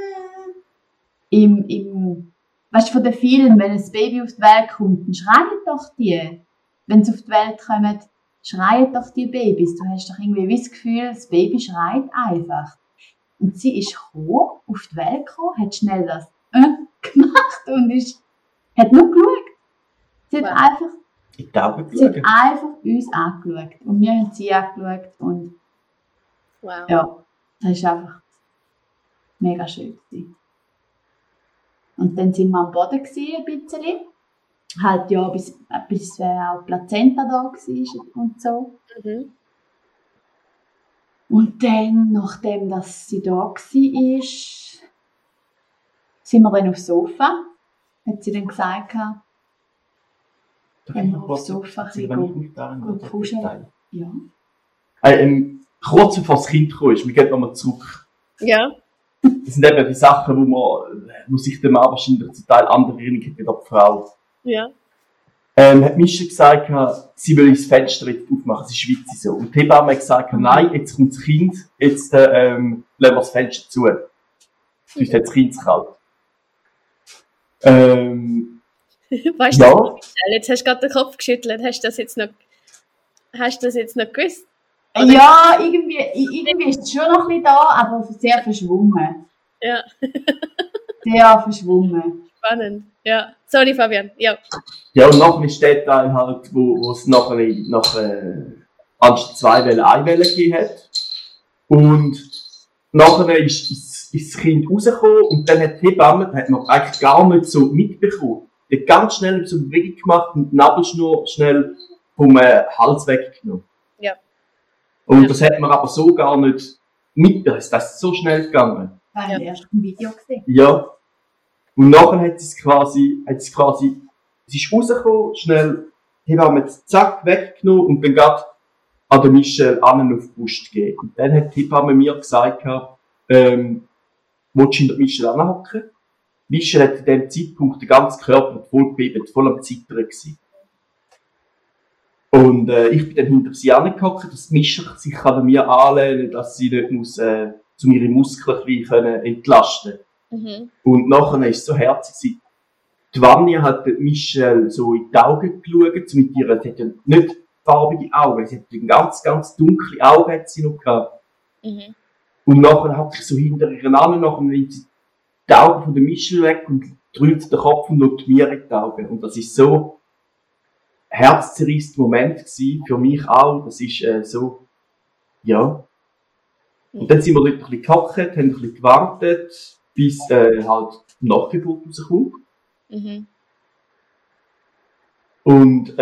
bisschen weißt du, von den Filmen, wenn ein Baby auf die Welt kommt, dann schreien doch die. Wenn sie auf die Welt kommen, schreien doch die Babys. Du hast doch irgendwie das Gefühl, das Baby schreit einfach. Und sie ist gekommen, auf die Welt gekommen, hat schnell das gemacht und hat nur geschaut. Sie hat einfach uns angeschaut. Und wir haben sie angeschaut. Und ja, das war einfach mega schön gewesen. Und dann sind wir am Boden gewesen, ein bisschen. Halt ja, bis auch die Plazenta da war und so. Mhm. Und dann, nachdem dass sie da war, sind wir dann aufs Sofa. Hat sie dann gesagt, wenn wir aufs Sofa gut kuscheln. Ja. Kurz bevor das Kind kam, wir gehen nochmal zurück. Ja. Das sind eben die Sachen, wo sich der Mann wahrscheinlich zum Teil andere erinnert hat, wie die Frau. Ja. Hat Mischa gesagt, sie will das Fenster jetzt aufmachen, sie schwitzt so. Und die Hebamme hat gesagt, nein, jetzt kommt das Kind, jetzt lassen wir das Fenster zu. Sonst hat das Kind zu kalt. Weißt ja. Du, jetzt hast du gerade den Kopf geschüttelt, hast du das jetzt noch gewusst? Ja, irgendwie ist es schon noch ein bisschen da, aber sehr verschwommen. Ja. Sehr verschwommen. Spannend, ja. Sorry, Fabian, ja. Ja, und nachher ist der Teil halt, wo es nachher anstatt 2 Wellen 1 Welle gegeben hat. Und nachher ist das Kind rausgekommen und dann hat die Hebamme, hat man eigentlich gar nicht so mitbekommen. Die hat ganz schnell so eine Bewegung gemacht und die Nabelschnur schnell vom Hals weggenommen. Ja. Und das hat man aber so gar nicht mitbekommen. Das ist so schnell gegangen. Das habe ich erst im Video gesehen. Ja. Und nachher hat sie es ist rausgekommen, schnell, die haben wir zack, weggenommen und dann gerade an der Michelle auf die Brust gegeben. Und dann hat die Hebamme mir gesagt, willst du in der Michelle anhocken? Michelle hat in dem Zeitpunkt den ganzen Körper voll gebebt, voll am Zittern gewesen. Und ich bin dann hinter sie angehockt, dass Michelle sich an mir anlehnen, dass sie nicht muss, um ihre Muskeln ein bisschen entlasten. Mhm. Und nachher war es so herzig. Die Vanja hat Michelle so in die Augen geschaut, mit ihrer, sie hat ja nicht farbige Augen, sie hat ganz, ganz dunkle Augen hat sie noch gehabt. Mhm. Und nachher hat sich so hinter ihr an, nachher nimmt sie die Augen von der Michelle weg und drückt den Kopf und schaut mir in die Augen. Und das ist so ein herzzerreißender Moment gewesen, für mich auch. Das ist so, ja. Und dann sind wir dort ein bisschen gehockt, haben ein bisschen gewartet, bis halt die Nachgeburt rauskommt. Mhm. Und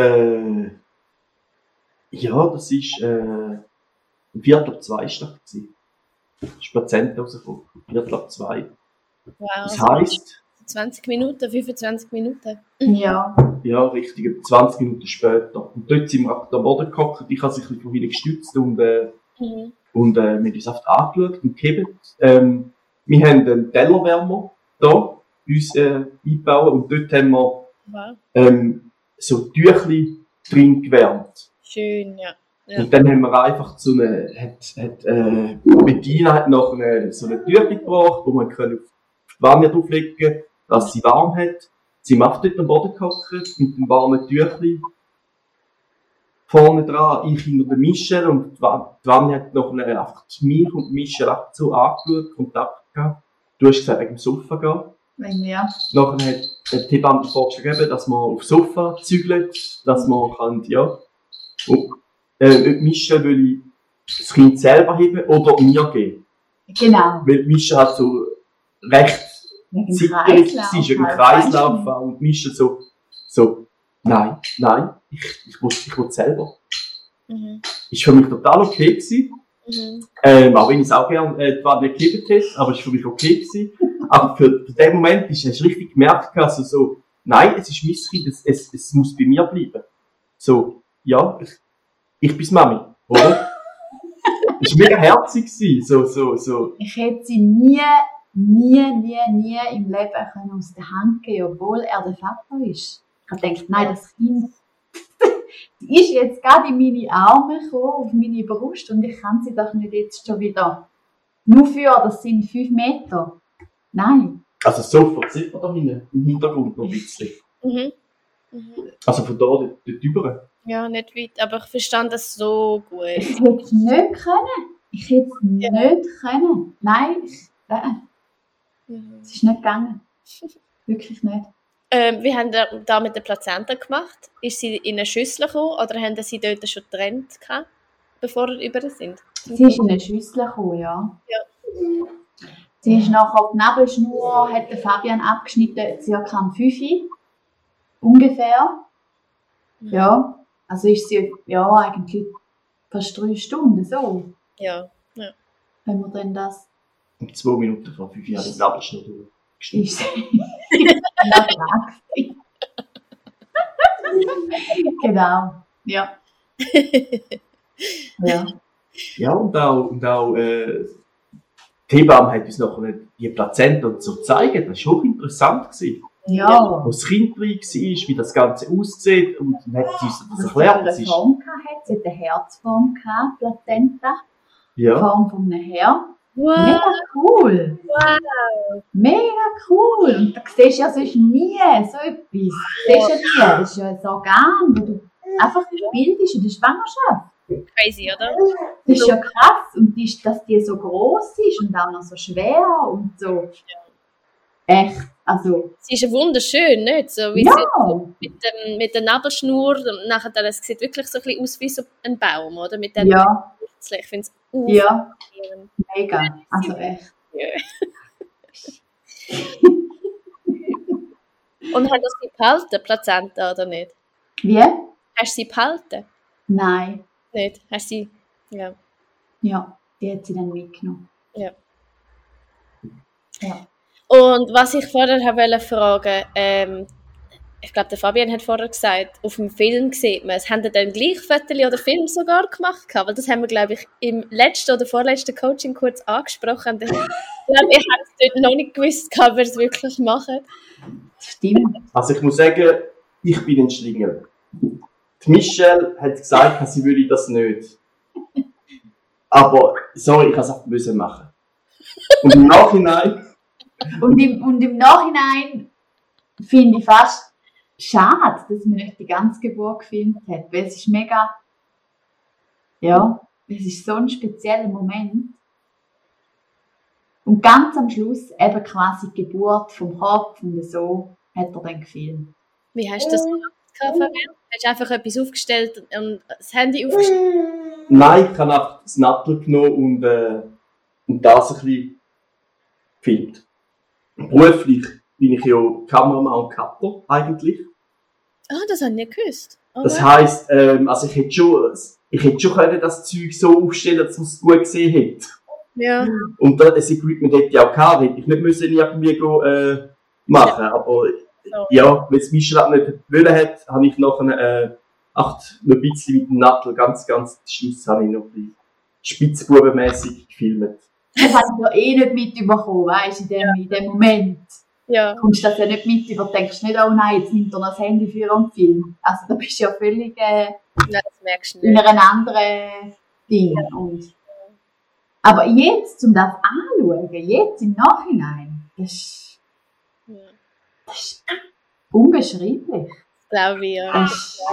ja, das ist 1:45 Stunden gewesen. Das ist die Plazenta rausgekommen. 1:45. Wow. Das heisst... 20 Minuten, 25 Minuten. Ja. Ja, richtig, etwa 20 Minuten später. Und dort sind wir auf dem Boden gehockt, ich habe sich ein bisschen von hinten gestützt und wir haben uns oft angeschaut und gehebt. Wir haben einen Tellerwärmer da uns eingebaut und dort haben wir so Tüchli drin gewärmt. Schön, ja. Und dann haben wir einfach so eine, Bettina hat noch so eine Tüchli gebracht, wo man auf die Wanne drauflegen kann, dass sie warm hat. Sind wir einfach dort am Boden gehockt, mit dem warmen Tüchli. Vorne dran, ich hinter der Michelle und die Wanne hat noch einfach mich und Michelle einfach so angeschaut, Kontakt gehabt. Du hast gesagt, wegen dem Sofa gehen. Ja. Nachher hat die Hebamme vorgeschrieben, dass man aufs Sofa zügelt, dass man kann, ja. Und Michelle will das Kind selber heben oder mir geben. Genau. Weil Michelle hat so recht zitterig, sie ist wegen Kreislauf und Michelle so, nein, ich will selber. Mhm. Ist für mich total okay gewesen. Mhm. Auch wenn ich es auch gerne die Wanne gegeben hätte, aber es war für mich okay gewesen. Aber für den Moment hast du richtig gemerkt, also so, nein, es ist mein Kind, es muss bei mir bleiben. So, ja, ich bin Mami, oder? Das war mega herzig. So. Ich hätte sie nie im Leben können aus der Hand geben, obwohl er der Vater ist. Ich habe gedacht, nein, das Kind die ist jetzt gerade in meine Arme gekommen, auf meine Brust, und ich kann sie doch nicht jetzt schon wieder. Nur für, das sind 5 Meter. Nein. Also sofort sieht man da hinten im Hintergrund noch ein bisschen. Mhm. Also von da dort über. Ja, nicht weit, aber ich verstand das so gut. Ich hätte es nicht können. Ich hätte es nicht können. Nein, es ist nicht gegangen. Wirklich nicht. Wie haben Sie da mit der Plazenta gemacht? Ist sie in eine Schüssel gekommen oder haben Sie dort schon getrennt gehabt, bevor Sie über sind? Sie ist in eine Schüssel gekommen, ja. Sie ist nachher die Nabelschnur, hat der Fabian abgeschnitten, circa am 5 ungefähr. Ja, also ist sie eigentlich fast 3 Stunden so. Ja. Wenn man dann das Und 2 Minuten vor 5 Jahren die Nabelschnur durchgeschnitten. ist. Genau, ja. Ja. Ja, und auch die Hebamme hat uns nachher die Plazenta und so gezeigt. Das war hochinteressant gewesen. Ja. Wo das Kind drin war, wie das Ganze aussieht. Und dann hat sie uns das erklärt. Was sie für eine Form hatte. Sie hat eine Herzform gehabt, Plazenta. Ja. Form von einem Herz. Wow. Mega cool. Wow. Mega cool. Und da siehst du ja sonst nie so etwas. Du siehst ja nie. Das ist ja ein Organ, wo du einfach bildest in der Schwangerschaft. Crazy, oder? Das ist ja krass. Und dass die so groß ist und auch noch so schwer und so. Echt. Also. Sie ist ja wunderschön, nicht? So wie Ja. sie mit der Nabelschnur und nachher dann, es sieht wirklich so ein bisschen aus wie so ein Baum, oder? Mit den Ja. Wurzeln. Ich finde es Ja. Mega. Also echt. Und hat das sie behalten, Plazenta, oder nicht? Wie? Hast du sie behalten? Nein. Nicht? Hast du sie... Ja. Ja. Die hat sie dann mitgenommen. Ja. Ja. Und was ich vorher wollte fragen, ich glaube, der Fabian hat vorher gesagt, auf dem Film sieht man es. Haben Sie dann gleich Fotos oder Film sogar gemacht? Weil das haben wir, glaube ich, im letzten oder vorletzten Coaching kurz angesprochen. Ich glaube, ich habe es dort noch nicht gewusst, ob wir es wirklich machen. Stimmt. Also ich muss sagen, ich bin ein Schlingel. Die Michelle hat gesagt, sie würde das nicht. Aber, sorry, ich musste es einfach machen. Und im Nachhinein... Und im Nachhinein finde ich fast schade, dass man nicht die ganze Geburt gefilmt hat, weil es ist mega, ja, es ist so ein spezieller Moment. Und ganz am Schluss eben quasi die Geburt vom Kopf und so hat er dann gefilmt. Wie hast du das gemacht, Fabian? Hast du einfach etwas aufgestellt und das Handy aufgestellt? Nein, ich habe einfach das Nattel genommen und das ein bisschen gefilmt. Beruflich bin ich ja Kameramann und Cutter eigentlich. Ah, das habe ich nicht gewusst. Oh, Das wow. heisst, also ich hätte schon können das Zeug so aufstellen, dass man es gut gesehen hätte. Ja. Und das Equipment hätte ich auch gehabt, hätte ich nicht müssen irgendwie machen. Aber ja, wenn es Michel nicht wollen hat, habe ich nachher noch ein bisschen mit dem Nattel, ganz Schluss habe ich noch ein bisschen spitzbubenmässig gefilmt. Das habe ich ja eh nicht mitbekommen, weißt du, in dem Moment. Ja. Du kommst das ja nicht mit über, denkst nicht, oh nein, jetzt nimmt er das Handy für und filmt. Also da bist du ja völlig Nein, das merkst du in nicht. einem anderen Ding. Und, aber jetzt, um das anzuschauen, jetzt im Nachhinein, das ist unbeschreiblich. Glaube ich, ja. Das ist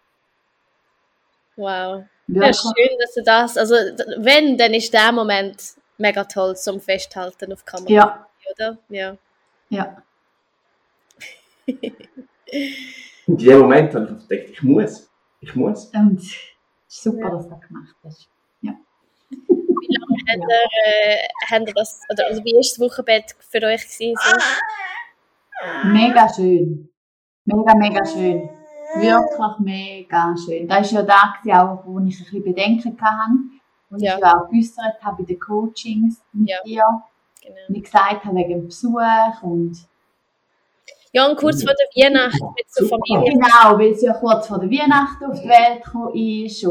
Wow. Ja, wirklich, schön, dass du das, also wenn, dann ist der Moment mega toll zum Festhalten auf Kamera, ja, oder? Ja. ja. Und in dem Moment habe ich gedacht, ich muss. Und es ist super, dass du das gemacht hast. Wie lange habt ihr das, oder also wie war das Wochenbett für euch gewesen? So? Mega schön. Mega, mega schön. Wirklich mega schön. Das war ja da gewesen, auch, wo ich ein bisschen Bedenken hatte. Und Ja. ich ja auch geäussert habe bei den Coachings mit Ja. dir. Genau. Und ich gesagt habe wegen dem Besuch und Ja, und kurz vor der Weihnacht mit so Super. Familie. Genau, weil sie ja kurz vor der Weihnachten auf die Welt gekommen ist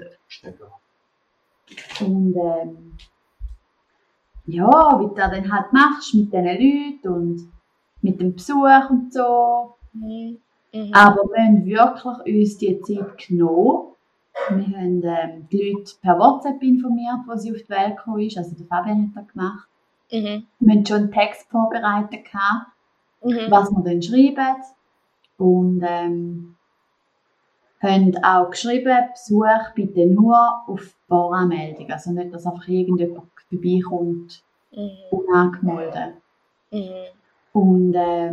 und ja, wie du das dann halt machst mit diesen Leuten und mit dem Besuch und so. Mhm. Aber wir haben wirklich uns die Zeit genommen. Wir haben die Leute per WhatsApp informiert, wo sie auf die Welt gekommen ist. Also der Fabian hat das gemacht. Mhm. Wir haben schon einen Text vorbereitet, Mhm. was wir dann schreiben. Und haben auch geschrieben, Besuch bitte nur auf Voranmeldung. Also nicht, dass einfach irgendjemand vorbeikommt, Mhm. unangemeldet. Mhm. Und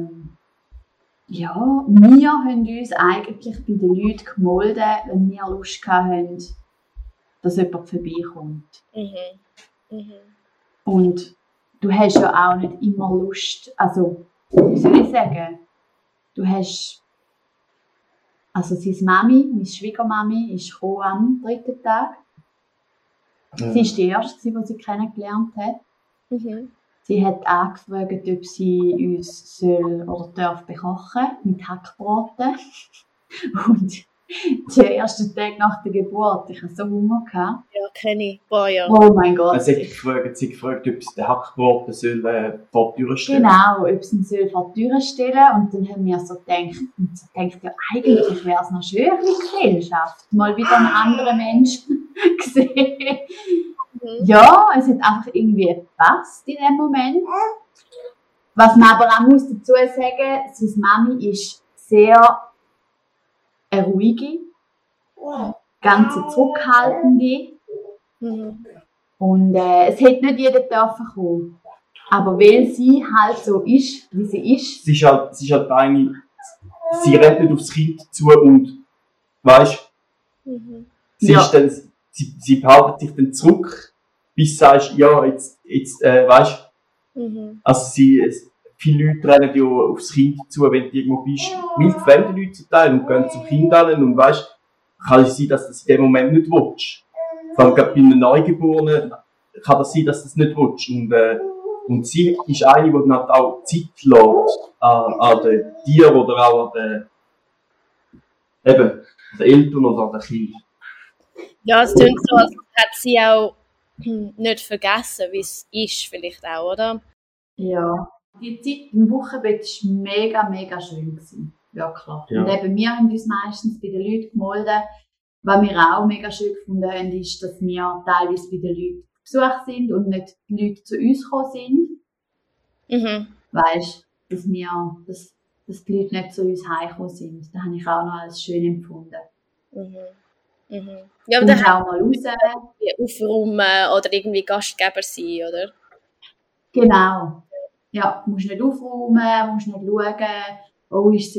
ja, wir haben uns eigentlich bei den Leuten gemeldet, wenn wir Lust hatten, dass jemand vorbeikommt. Mhm. Mhm. Und du hast ja auch nicht immer Lust, also, wie soll ich sagen, du hast, also seine Mami, meine Schwiegermami, ist gekommen am 3. Tag. Sie war die erste, die sie kennengelernt hat. Mhm. Sie hat angefragt, ob sie uns soll oder darf bekochen mit Hackbraten. Und den ersten Tag nach der Geburt, ich hatte so Hunger gehabt. Ja, kenne ich. Boah, ja. Oh mein Gott. Sie hat gefragt, ob sie den Hackbraten vor die Tür stellen. Genau, ob sie ihn soll vor die Tür stellen. Und dann haben wir so gedacht, ja, eigentlich wäre es noch schön für die Gesellschaft. Mal wieder einen anderen Menschen gesehen. Mhm. Ja, es hat einfach irgendwie gepasst in dem Moment. Was man aber auch muss dazu sagen, seine Mami ist sehr eine ruhige, ganz eine zurückhaltende. Mhm. Und es hätte nicht jeder dürfen kommen. Aber weil sie halt so ist, wie sie ist. Sie ist halt eine, sie rennt nicht aufs Kind zu und, weisst, Mhm. sie ist dann, sie behaltet sich dann zurück, bis du sagst, ja, jetzt, weisst, Mhm. also viele Leute rennen ja aufs Kind zu, wenn du irgendwo bist, wildfremde Leute zum Teil, und gehen zum Kind an und weisst, kann es sein, dass du das in dem Moment nicht willst. Vor allem gerade bei einem Neugeborenen kann das sein, dass du das nicht willst. Und sie ist eine, die dann halt auch Zeit lässt an den Tieren oder auch an den Eltern oder an den Kindern. Ja, es klingt so, als hätte sie auch nicht vergessen, wie es ist, vielleicht auch, oder? Ja. Die Zeit im Wochenbett war mega, mega schön gewesen. Wirklich. Ja. Und eben, wir haben uns meistens bei den Leuten gemeldet. Was wir auch mega schön gefunden haben, ist, dass wir teilweise bei den Leuten zu Besuch sind und nicht die Leute zu uns gekommen sind. Mhm. Weisst, dass die Leute nicht zu uns heimgekommen sind. Das habe ich auch noch als schön empfunden. Mhm. Mhm. Ja, aber Und dann auch mal raus. aufräumen oder irgendwie Gastgeber sein, oder? Genau. Ja, du musst nicht aufräumen, musst nicht schauen, oh, ist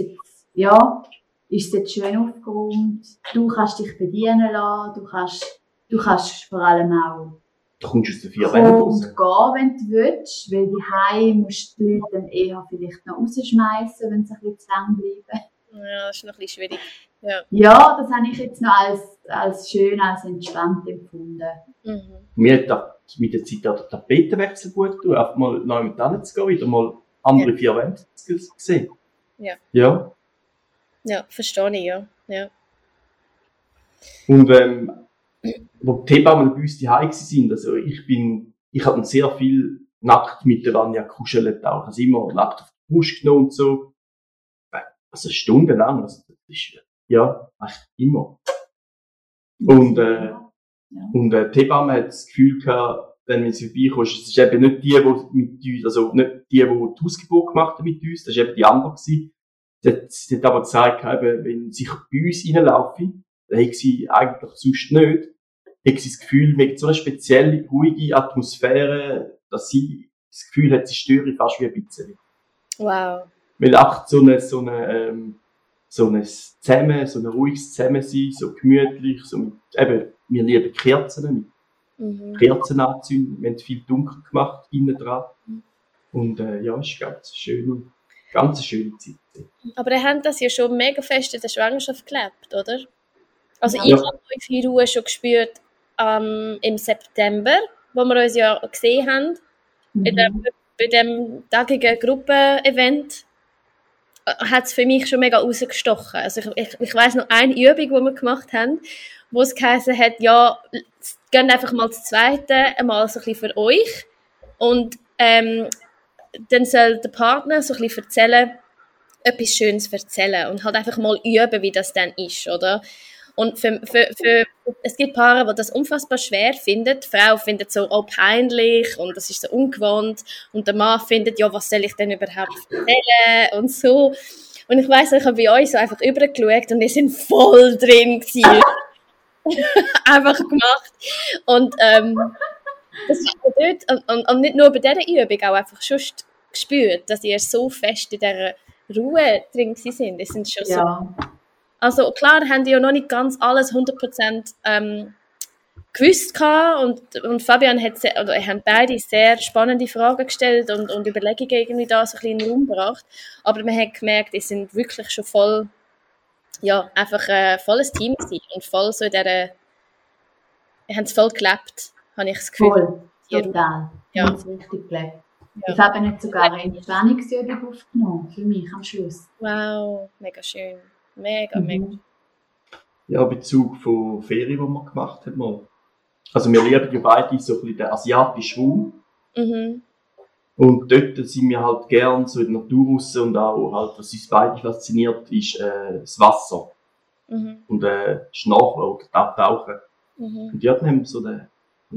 es jetzt schön aufgeräumt. Du kannst dich bedienen lassen, du kannst vor allem auch Du kommst aus den 4 Wänden kommen raus. und gehen, wenn du willst, weil daheim musst du die Leute dann eher vielleicht noch rausschmeißen, wenn sie ein bisschen zu lang bleiben. Ja, das ist noch ein bisschen schwierig. Ja. Ja, das habe ich jetzt noch als schön, als entspannt empfunden. Mhm. Mir hat mit der Zeit auch der Tapetenwechsel gut getan, einfach mal neu mit denen zu gehen, wieder mal andere 4 Wände zu sehen. Ja. Ja. Ja, verstehe ich, ja. Ja. Und wo die Hebammen bei uns zu Hause sind, also ich habe sehr viel nackt mit der Vanja gekuschelt auch. Also immer nackt auf die Brust genommen und so. Also stundenlang. Also das ist, ja, echt immer. Und die Hebamme hat das Gefühl gehabt, wenn sie vorbeikommst, es ist eben nicht die mit uns, also nicht die Hausgeburt gemacht haben mit uns, das war eben die andere gewesen. Sie hat aber gesagt, eben, wenn sie bei uns reinlaufen, dann hat sie eigentlich sonst nicht, hat sie das Gefühl, mit so einer spezielle, ruhige Atmosphäre, dass sie das Gefühl hat, sie störe fast wie ein bisschen. Wow. Weil auch so ein ruhiges Zusammensein, so gemütlich, so mit, eben, wir lieben Kerzen, mit Kerzen anzünden, wir haben viel dunkel gemacht, innen dran. Und, ja, es ist ganz eine schöne Zeit. Aber ihr habt das ja schon mega fest in der Schwangerschaft gelebt, oder? Also Ja. ich habe eure Ruhe schon gespürt im September, wo wir uns ja gesehen haben, bei dem tagigen Gruppenevent. hat es für mich schon mega rausgestochen. Also ich weiss noch eine Übung, die wir gemacht haben, wo es geheißen hat, ja, geht einfach mal das Zweite einmal so ein bisschen für euch und dann soll der Partner so ein bisschen erzählen, etwas Schönes erzählen und halt einfach mal üben, wie das dann ist, oder? Und es gibt Paare, die das unfassbar schwer finden. Die Frau findet so auch peinlich und das ist so ungewohnt. Und der Mann findet, ja, was soll ich denn überhaupt erzählen und so. Und ich weiss, ich habe bei euch so einfach übergeschaut und wir sind voll drin gewesen. Einfach gemacht. Und das ist dort, und nicht nur bei dieser Übung, auch einfach schon gespürt, dass ihr so fest in dieser Ruhe drin sind. Das sind schon so. Also klar, haben die ja noch nicht ganz alles 100% gewusst gehabt und Fabian haben beide sehr spannende Fragen gestellt und Überlegungen irgendwie da so ein bisschen in den Raum gebracht. Aber man hat gemerkt, die sind wirklich schon voll, ja, einfach volles Team gewesen und voll so in dieser, wir haben es voll gelebt, habe ich das Gefühl. Voll, total. Ja. Das richtig gelebt. Ja. Ich habe nicht sogar eine Entspannungsübung aufgenommen, für mich am Schluss. Wow, mega schön. Mega. Ja, Bezug von Ferien, die wir gemacht haben. Mal. Also wir lieben ja beide so ein bisschen den asiatischen Raum. Mhm. Und dort sind wir halt gern so in der Natur raus und auch halt, was uns beide fasziniert, ist das Wasser. Mhm. Und Schnorcheln oder Abtauchen. Mhm. Und dort haben wir so eine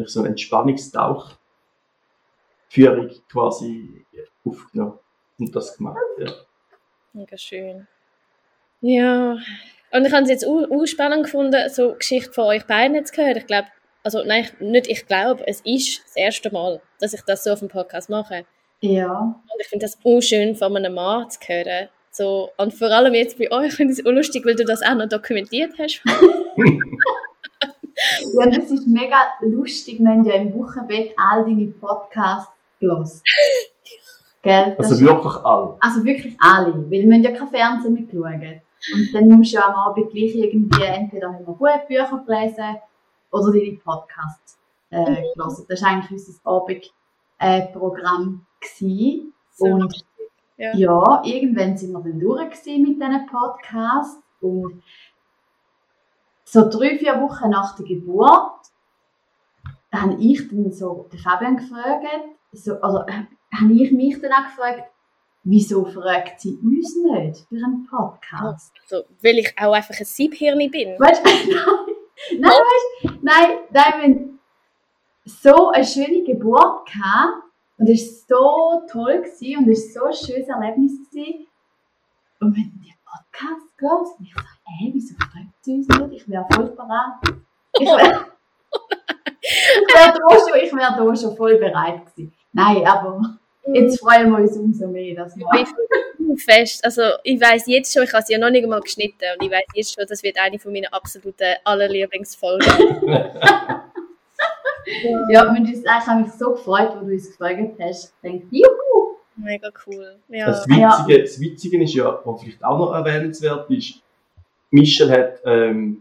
Entspannungstauchführung quasi aufgenommen und das gemacht. Ja. Mega schön. Ja, und ich habe es jetzt auch spannend gefunden, so Geschichte von euch beiden zu hören. Ich glaube, ich glaube, es ist das erste Mal, dass ich das so auf dem Podcast mache. Ja. Und ich finde das auch schön, von einem Mann zu hören. So, und vor allem jetzt bei euch finde ich es auch lustig, weil du das auch noch dokumentiert hast. Ja, das ist mega lustig, wir haben ja im Wochenbett all deine Podcasts gehört. Gell? Also wirklich alle? Also wirklich alle, weil wir haben ja kein Fernsehen mitgeschaut. Und dann musst du ja am Abend gleich irgendwie entweder haben wir Bücher gelesen oder deine Podcasts gelesen. Das war eigentlich unser Abendprogramm. Und ja, irgendwann sind wir dann durch mit diesen Podcasts. Und so 3-4 Wochen nach der Geburt habe ich dann so den Fabian gefragt, habe ich mich dann auch gefragt, wieso fragt sie uns nicht für einen Podcast? Also, weil ich auch einfach ein Siebhirni bin. Weißt du, nein, wir haben so eine schöne Geburt gehabt und es war so toll gewesen, und es war so ein schönes Erlebnis gewesen. Und wir haben die Podcast gehört und ich dachte, wieso fragt sie uns nicht? Ich wäre voll bereit. Ich wäre da schon voll bereit gewesen. Nein, aber jetzt freuen wir uns umso mehr, dass wir... Fest. Also ich weiss jetzt schon, ich habe sie ja noch nicht einmal geschnitten und ich weiss jetzt schon, das wird eine von meinen absoluten allerlieblingsfolgen. Ja, wir haben uns eigentlich so gefreut, wo du uns gefragt hast. Ich denke, juhu! Mega cool. Ja. Das Witzige ist ja, was vielleicht auch noch erwähnenswert ist, Michelle hat an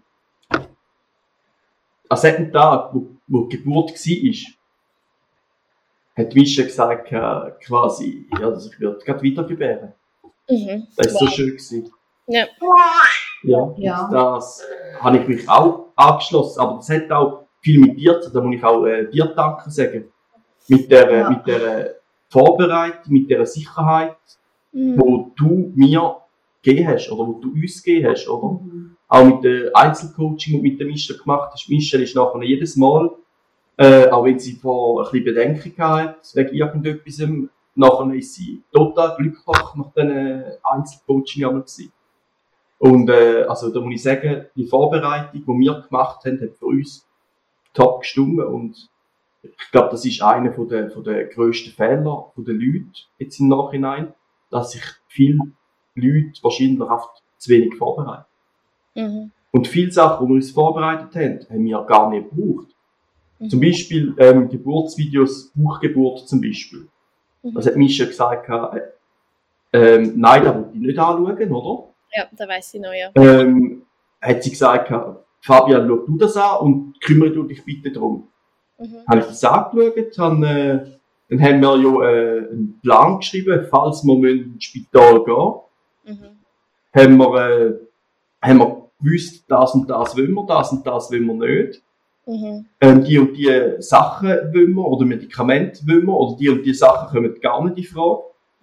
diesem Tag, wo die Geburt war, hat Michelle gesagt, quasi, ja, dass ich gerade weitergebären. Mhm. Das war so schön gewesen. Ja. Ja. Das habe ich mich auch angeschlossen, aber das hat auch viel mit dir zu tun, da muss ich auch dir danken sagen. Mit der Vorbereitung, mit der Sicherheit, wo du mir gegeben hast, oder wo du uns gegeben hast, oder? Mhm. Auch mit dem Einzelcoaching, das mit der Michelle gemacht hast. Michelle ist nachher jedes Mal, auch wenn sie vor ein bisschen Bedenken hatte, wegen irgendetwas, nachher ist sie total glücklich nach diesem Einzelcoaching gewesen. Und, also, da muss ich sagen, die Vorbereitung, die wir gemacht haben, hat für uns top gestimmt. Und ich glaube, das ist einer der grössten Fehler der Leute jetzt im Nachhinein, dass sich viele Leute wahrscheinlich oft zu wenig vorbereiten. Mhm. Und viele Sachen, die wir uns vorbereitet haben wir gar nicht gebraucht. Mhm. Zum Beispiel Geburtsvideos, Bauchgeburt zum Beispiel. Mhm. Das hat Mischa gesagt, nein, da wollte ich nicht anschauen, oder? Ja, da weiss ich noch, ja. Hat sie gesagt, Fabian, schau du das an und kümmere du dich bitte darum. Mhm. Habe ich das angeschaut, dann haben wir ja einen Plan geschrieben, falls wir ins Spital gehen haben wir gewusst, das und das wollen wir, das und das wollen wir nicht. Die und die Sachen wollen wir, oder Medikamente wollen wir, oder die und die Sachen kommen gar nicht in Frage.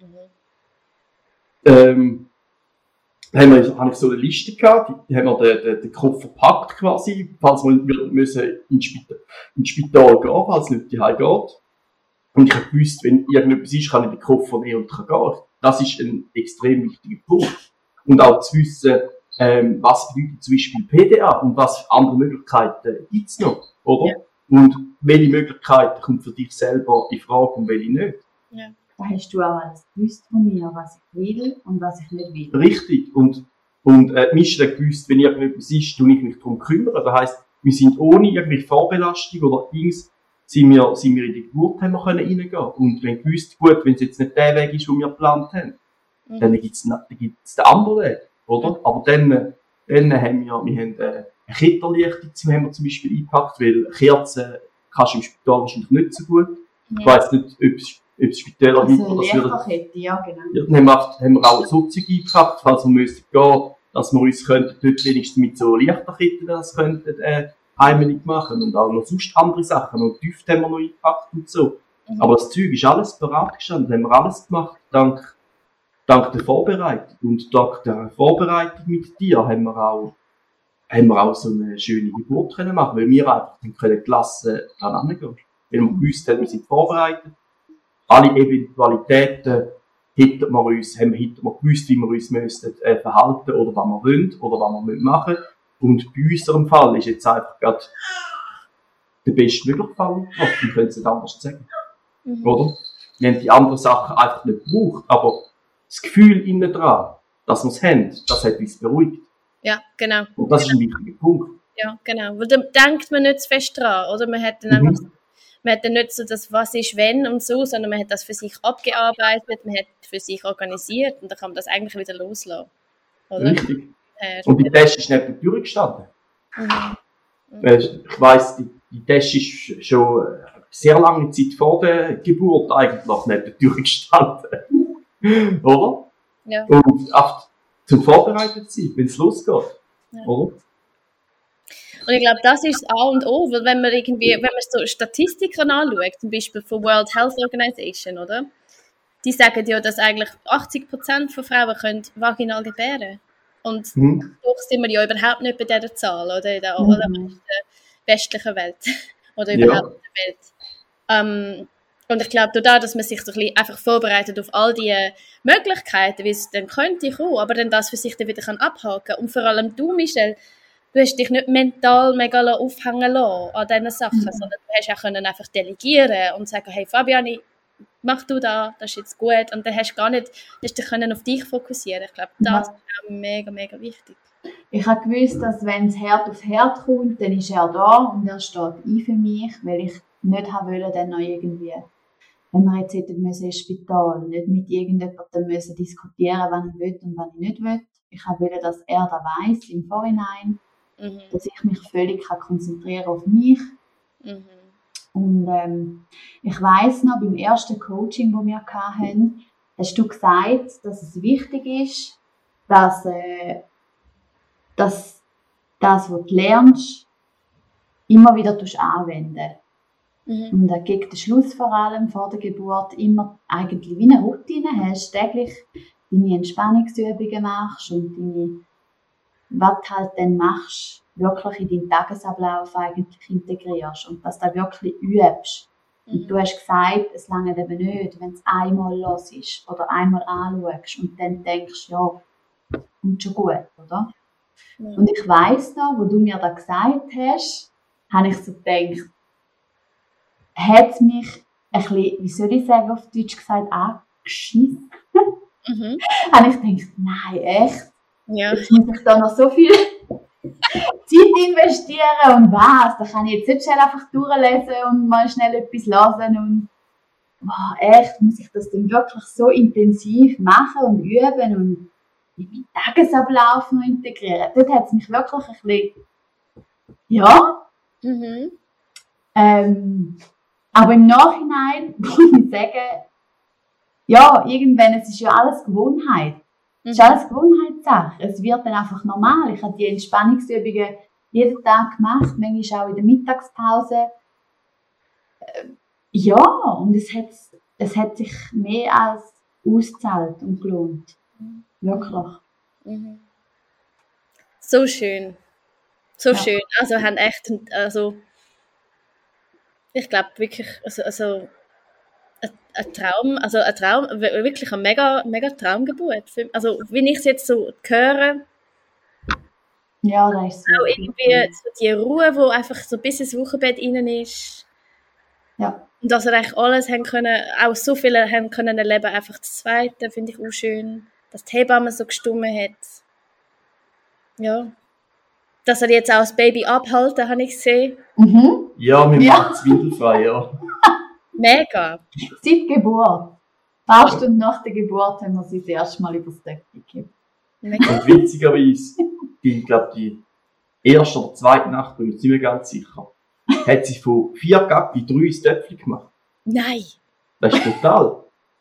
Habe ich so eine Liste gehabt, die haben wir den Koffer gepackt quasi, falls wir müssen ins Spital gehen, falls es nicht die Heim geht. Und ich habe gewusst, wenn irgendetwas ist, kann ich den Koffer nehmen und kann gehen. Das ist ein extrem wichtiger Punkt. Und auch zu wissen, was bedeutet zum Beispiel PDA und was für andere Möglichkeiten gibt es noch, oder? Ja. Und welche Möglichkeiten kommt für dich selber in Frage und welche nicht. Ja. Da hast du auch alles gewusst von mir, was ich will und was ich nicht will. Richtig. Und Michelle hat gewusst, wenn irgendetwas ist, tue ich mich darum kümmern. Das heisst, wir sind ohne irgendwelche Vorbelastung oder Dings, sind wir in die Geburt, haben wir reingehen können. Und wenn gewusst, gut, wenn es jetzt nicht der Weg ist, den wir geplant haben, dann gibt es den anderen Weg, oder? Aber dann haben wir eine Kettenlicht, haben wir zum Beispiel eingepackt, weil Kerzen kannst du im Spital wahrscheinlich nicht so gut. Ich weiss nicht, ob es Spitäler gibt, oder Lichterkette, ja, genau. Ja, dann haben wir auch so Zeug eingepackt, falls wir müssen gehen, dass wir uns dort wenigstens mit so Lichterketten das könnten, heimelig machen und auch noch sonst andere Sachen. Und Düfte haben wir noch eingepackt und so. Aber das Zeug ist alles bereit gestanden, haben wir alles gemacht, dank der Vorbereitung. Und dank der Vorbereitung mit dir haben wir auch so eine schöne Geburt können machen, weil wir einfach dann gelassen dran hingehen. Weil wir gewusst haben, wir sind vorbereitet. Alle Eventualitäten haben wir gewusst, wie wir uns müssten, verhalten oder was wir wollen oder was wir machen müssen. Und bei unserem Fall ist jetzt einfach gerade der bestmögliche Fall. Wir können es nicht anders sagen. Oder? Wir haben die anderen Sachen einfach nicht gebraucht, aber das Gefühl innen dran, dass wir es haben, das hat uns beruhigt. Ja, genau. Und das ist ein wichtiger Punkt. Ja, genau. Weil da denkt man nicht zu fest dran, oder? Man hat dann einfach, man hat dann nicht so das «Was ist, wenn» und so, sondern man hat das für sich abgearbeitet, man hat für sich organisiert und dann kann man das eigentlich wieder loslassen. Oder? Richtig. Und die Test ist nicht durchgestanden. Ich weiss, die Test ist schon sehr lange Zeit vor der Geburt eigentlich nicht durchgestanden. Oder? Ja. Und auch zum Vorbereitet sein, wenn es losgeht. Ja. Oder? Und ich glaube, das ist das A und O, weil wenn man so Statistiken anschaut, zum Beispiel von World Health Organization, oder? Die sagen ja, dass eigentlich 80% von Frauen können vaginal gebären. Und doch sind wir ja überhaupt nicht bei dieser Zahl, oder? In der allermeisten westlichen Welt. Oder überhaupt in der Welt. Und ich glaube, dadurch, dass man sich so ein bisschen einfach vorbereitet auf all die Möglichkeiten, wie es dann könnte kommen, aber dann das für sich dann wieder abhaken kann. Und vor allem du, Michelle, du hast dich nicht mental mega aufhängen lassen an diesen Sachen, sondern du hast auch einfach delegieren und sagen, hey Fabiani, mach du das ist jetzt gut. Und dann hast du dich auf dich fokussieren. Ich glaube, das ist auch mega, mega wichtig. Ich habe gewusst, dass wenn es Herd auf Herd kommt, dann ist er da und er steht ein für mich, weil ich nicht wollte, dann noch irgendwie, wenn wir jetzt hätten müssen ins Spital, nicht mit irgendjemandem müssen diskutieren, was ich will und was ich nicht will. Ich wollte, dass er das weiss im Vorhinein, dass ich mich völlig konzentrieren kann auf mich. Und ich weiss noch, beim ersten Coaching, das wir hatten, hast du gesagt, dass es wichtig ist, dass das, was du lernst, immer wieder anwenden. Und gegen den Schluss vor allem, vor der Geburt, immer eigentlich wie eine Routine hast, täglich deine Entspannungsübungen machst und was du halt dann machst, wirklich in deinen Tagesablauf eigentlich integrierst und dass du das wirklich übst. Und du hast gesagt, es lange eben nicht, wenn es einmal los ist oder einmal anschaust und dann denkst, ja, kommt schon gut, oder? Und ich weiss noch, wo du mir das gesagt hast, habe ich so gedacht, hat es mich ein bisschen, wie soll ich sagen, auf Deutsch gesagt, angeschissen. Habe ich gedacht, nein, echt? Ja. Jetzt muss ich da noch so viel Zeit investieren und was? Da kann ich jetzt nicht schnell einfach durchlesen und mal schnell etwas lesen und echt, muss ich das dann wirklich so intensiv machen und üben und in meinen Tagesablauf noch integrieren? Dort hat es mich wirklich ein bisschen, ja. Aber im Nachhinein muss ich sagen, ja, irgendwann, es ist ja alles Gewohnheit. Es ist alles Gewohnheitssache. Es wird dann einfach normal. Ich habe die Entspannungsübungen jeden Tag gemacht, manchmal auch in der Mittagspause. Ja, und es hat sich mehr als ausgezahlt und gelohnt. Wirklich. Mhm. So schön. So Ja. schön. Also haben echt, ich glaube wirklich, ein Traum, wirklich eine mega Traumgeburt. Also, wenn ich es jetzt so höre, Ja, das ist so. auch irgendwie so die Ruhe, die einfach so bis ins Wochenbett rein ist. Ja. Und dass er eigentlich alles haben können, auch so viele haben können erleben, einfach das Zweite, finde ich auch schön. Dass die Hebamme so gestummen hat. Ja. Dass er jetzt auch das Baby abhalten, habe ich gesehen. Mhm. Ja, wir Ja. machen es windelfrei, ja. Mega. Seit Geburt. Ein paar Stunden nach der Geburt haben wir sie das erste Mal übers Deckchen gegeben. Mega. Und witzigerweise, ich glaube, die erste oder zweite Nacht, bin ich nicht mehr ganz sicher, hat sie von 4 Gacki 3 ins Töpfchen gemacht. Nein. Das ist brutal.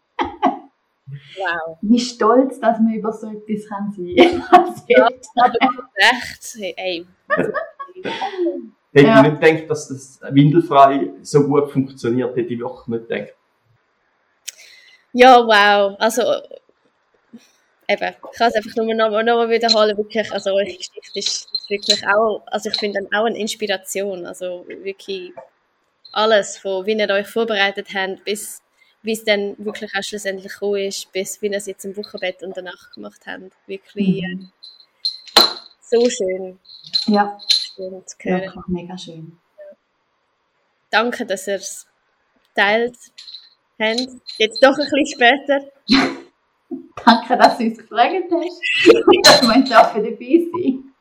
Wow. Wie stolz, dass man über so etwas kann sein kann. Ja, aber recht. Hey. Hätte Ja. ich nicht gedacht, dass das windelfrei so gut funktioniert, hätte ich wirklich nicht gedacht. Ja, wow. Also, eben, ich kann es einfach nur noch mal wiederholen. Wirklich, also eure Geschichte ist wirklich auch, also ich finde dann auch eine Inspiration. Also wirklich alles, von wie ihr euch vorbereitet habt, bis wie es dann wirklich auch schlussendlich gekommen ist, bis wie ihr es jetzt im Wochenbett und danach gemacht habt. Wirklich so schön, Ja, schön zu hören. wirklich mega schön. Danke, dass ihr es teilt habt. Jetzt doch ein bisschen später. Danke, dass du uns gefragt hast. Dass wir jetzt auch dabei sein.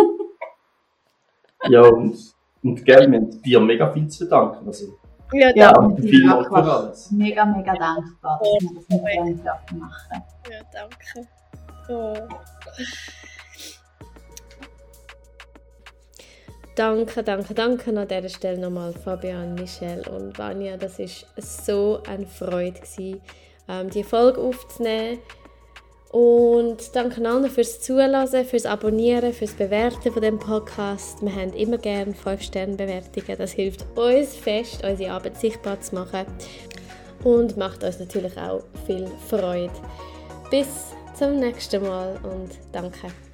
Ja, und gell, wir haben dir mega viel zu danken. Also, Ja, Ja, danke. und ich vielen bin Dank für wirklich alles. mega, mega dankbar, dass wir das mit euch dürfen machen. Ja, danke. Oh. Danke an dieser Stelle nochmal Fabian, Michelle und Vanja. Das war so eine Freude gewesen, die Folge aufzunehmen. Und danke allen fürs Zuhören, fürs Abonnieren, fürs Bewerten von dem Podcast. Wir haben immer gerne 5-Sterne-Bewertungen. Das hilft uns fest, unsere Arbeit sichtbar zu machen und macht uns natürlich auch viel Freude. Bis zum nächsten Mal und danke.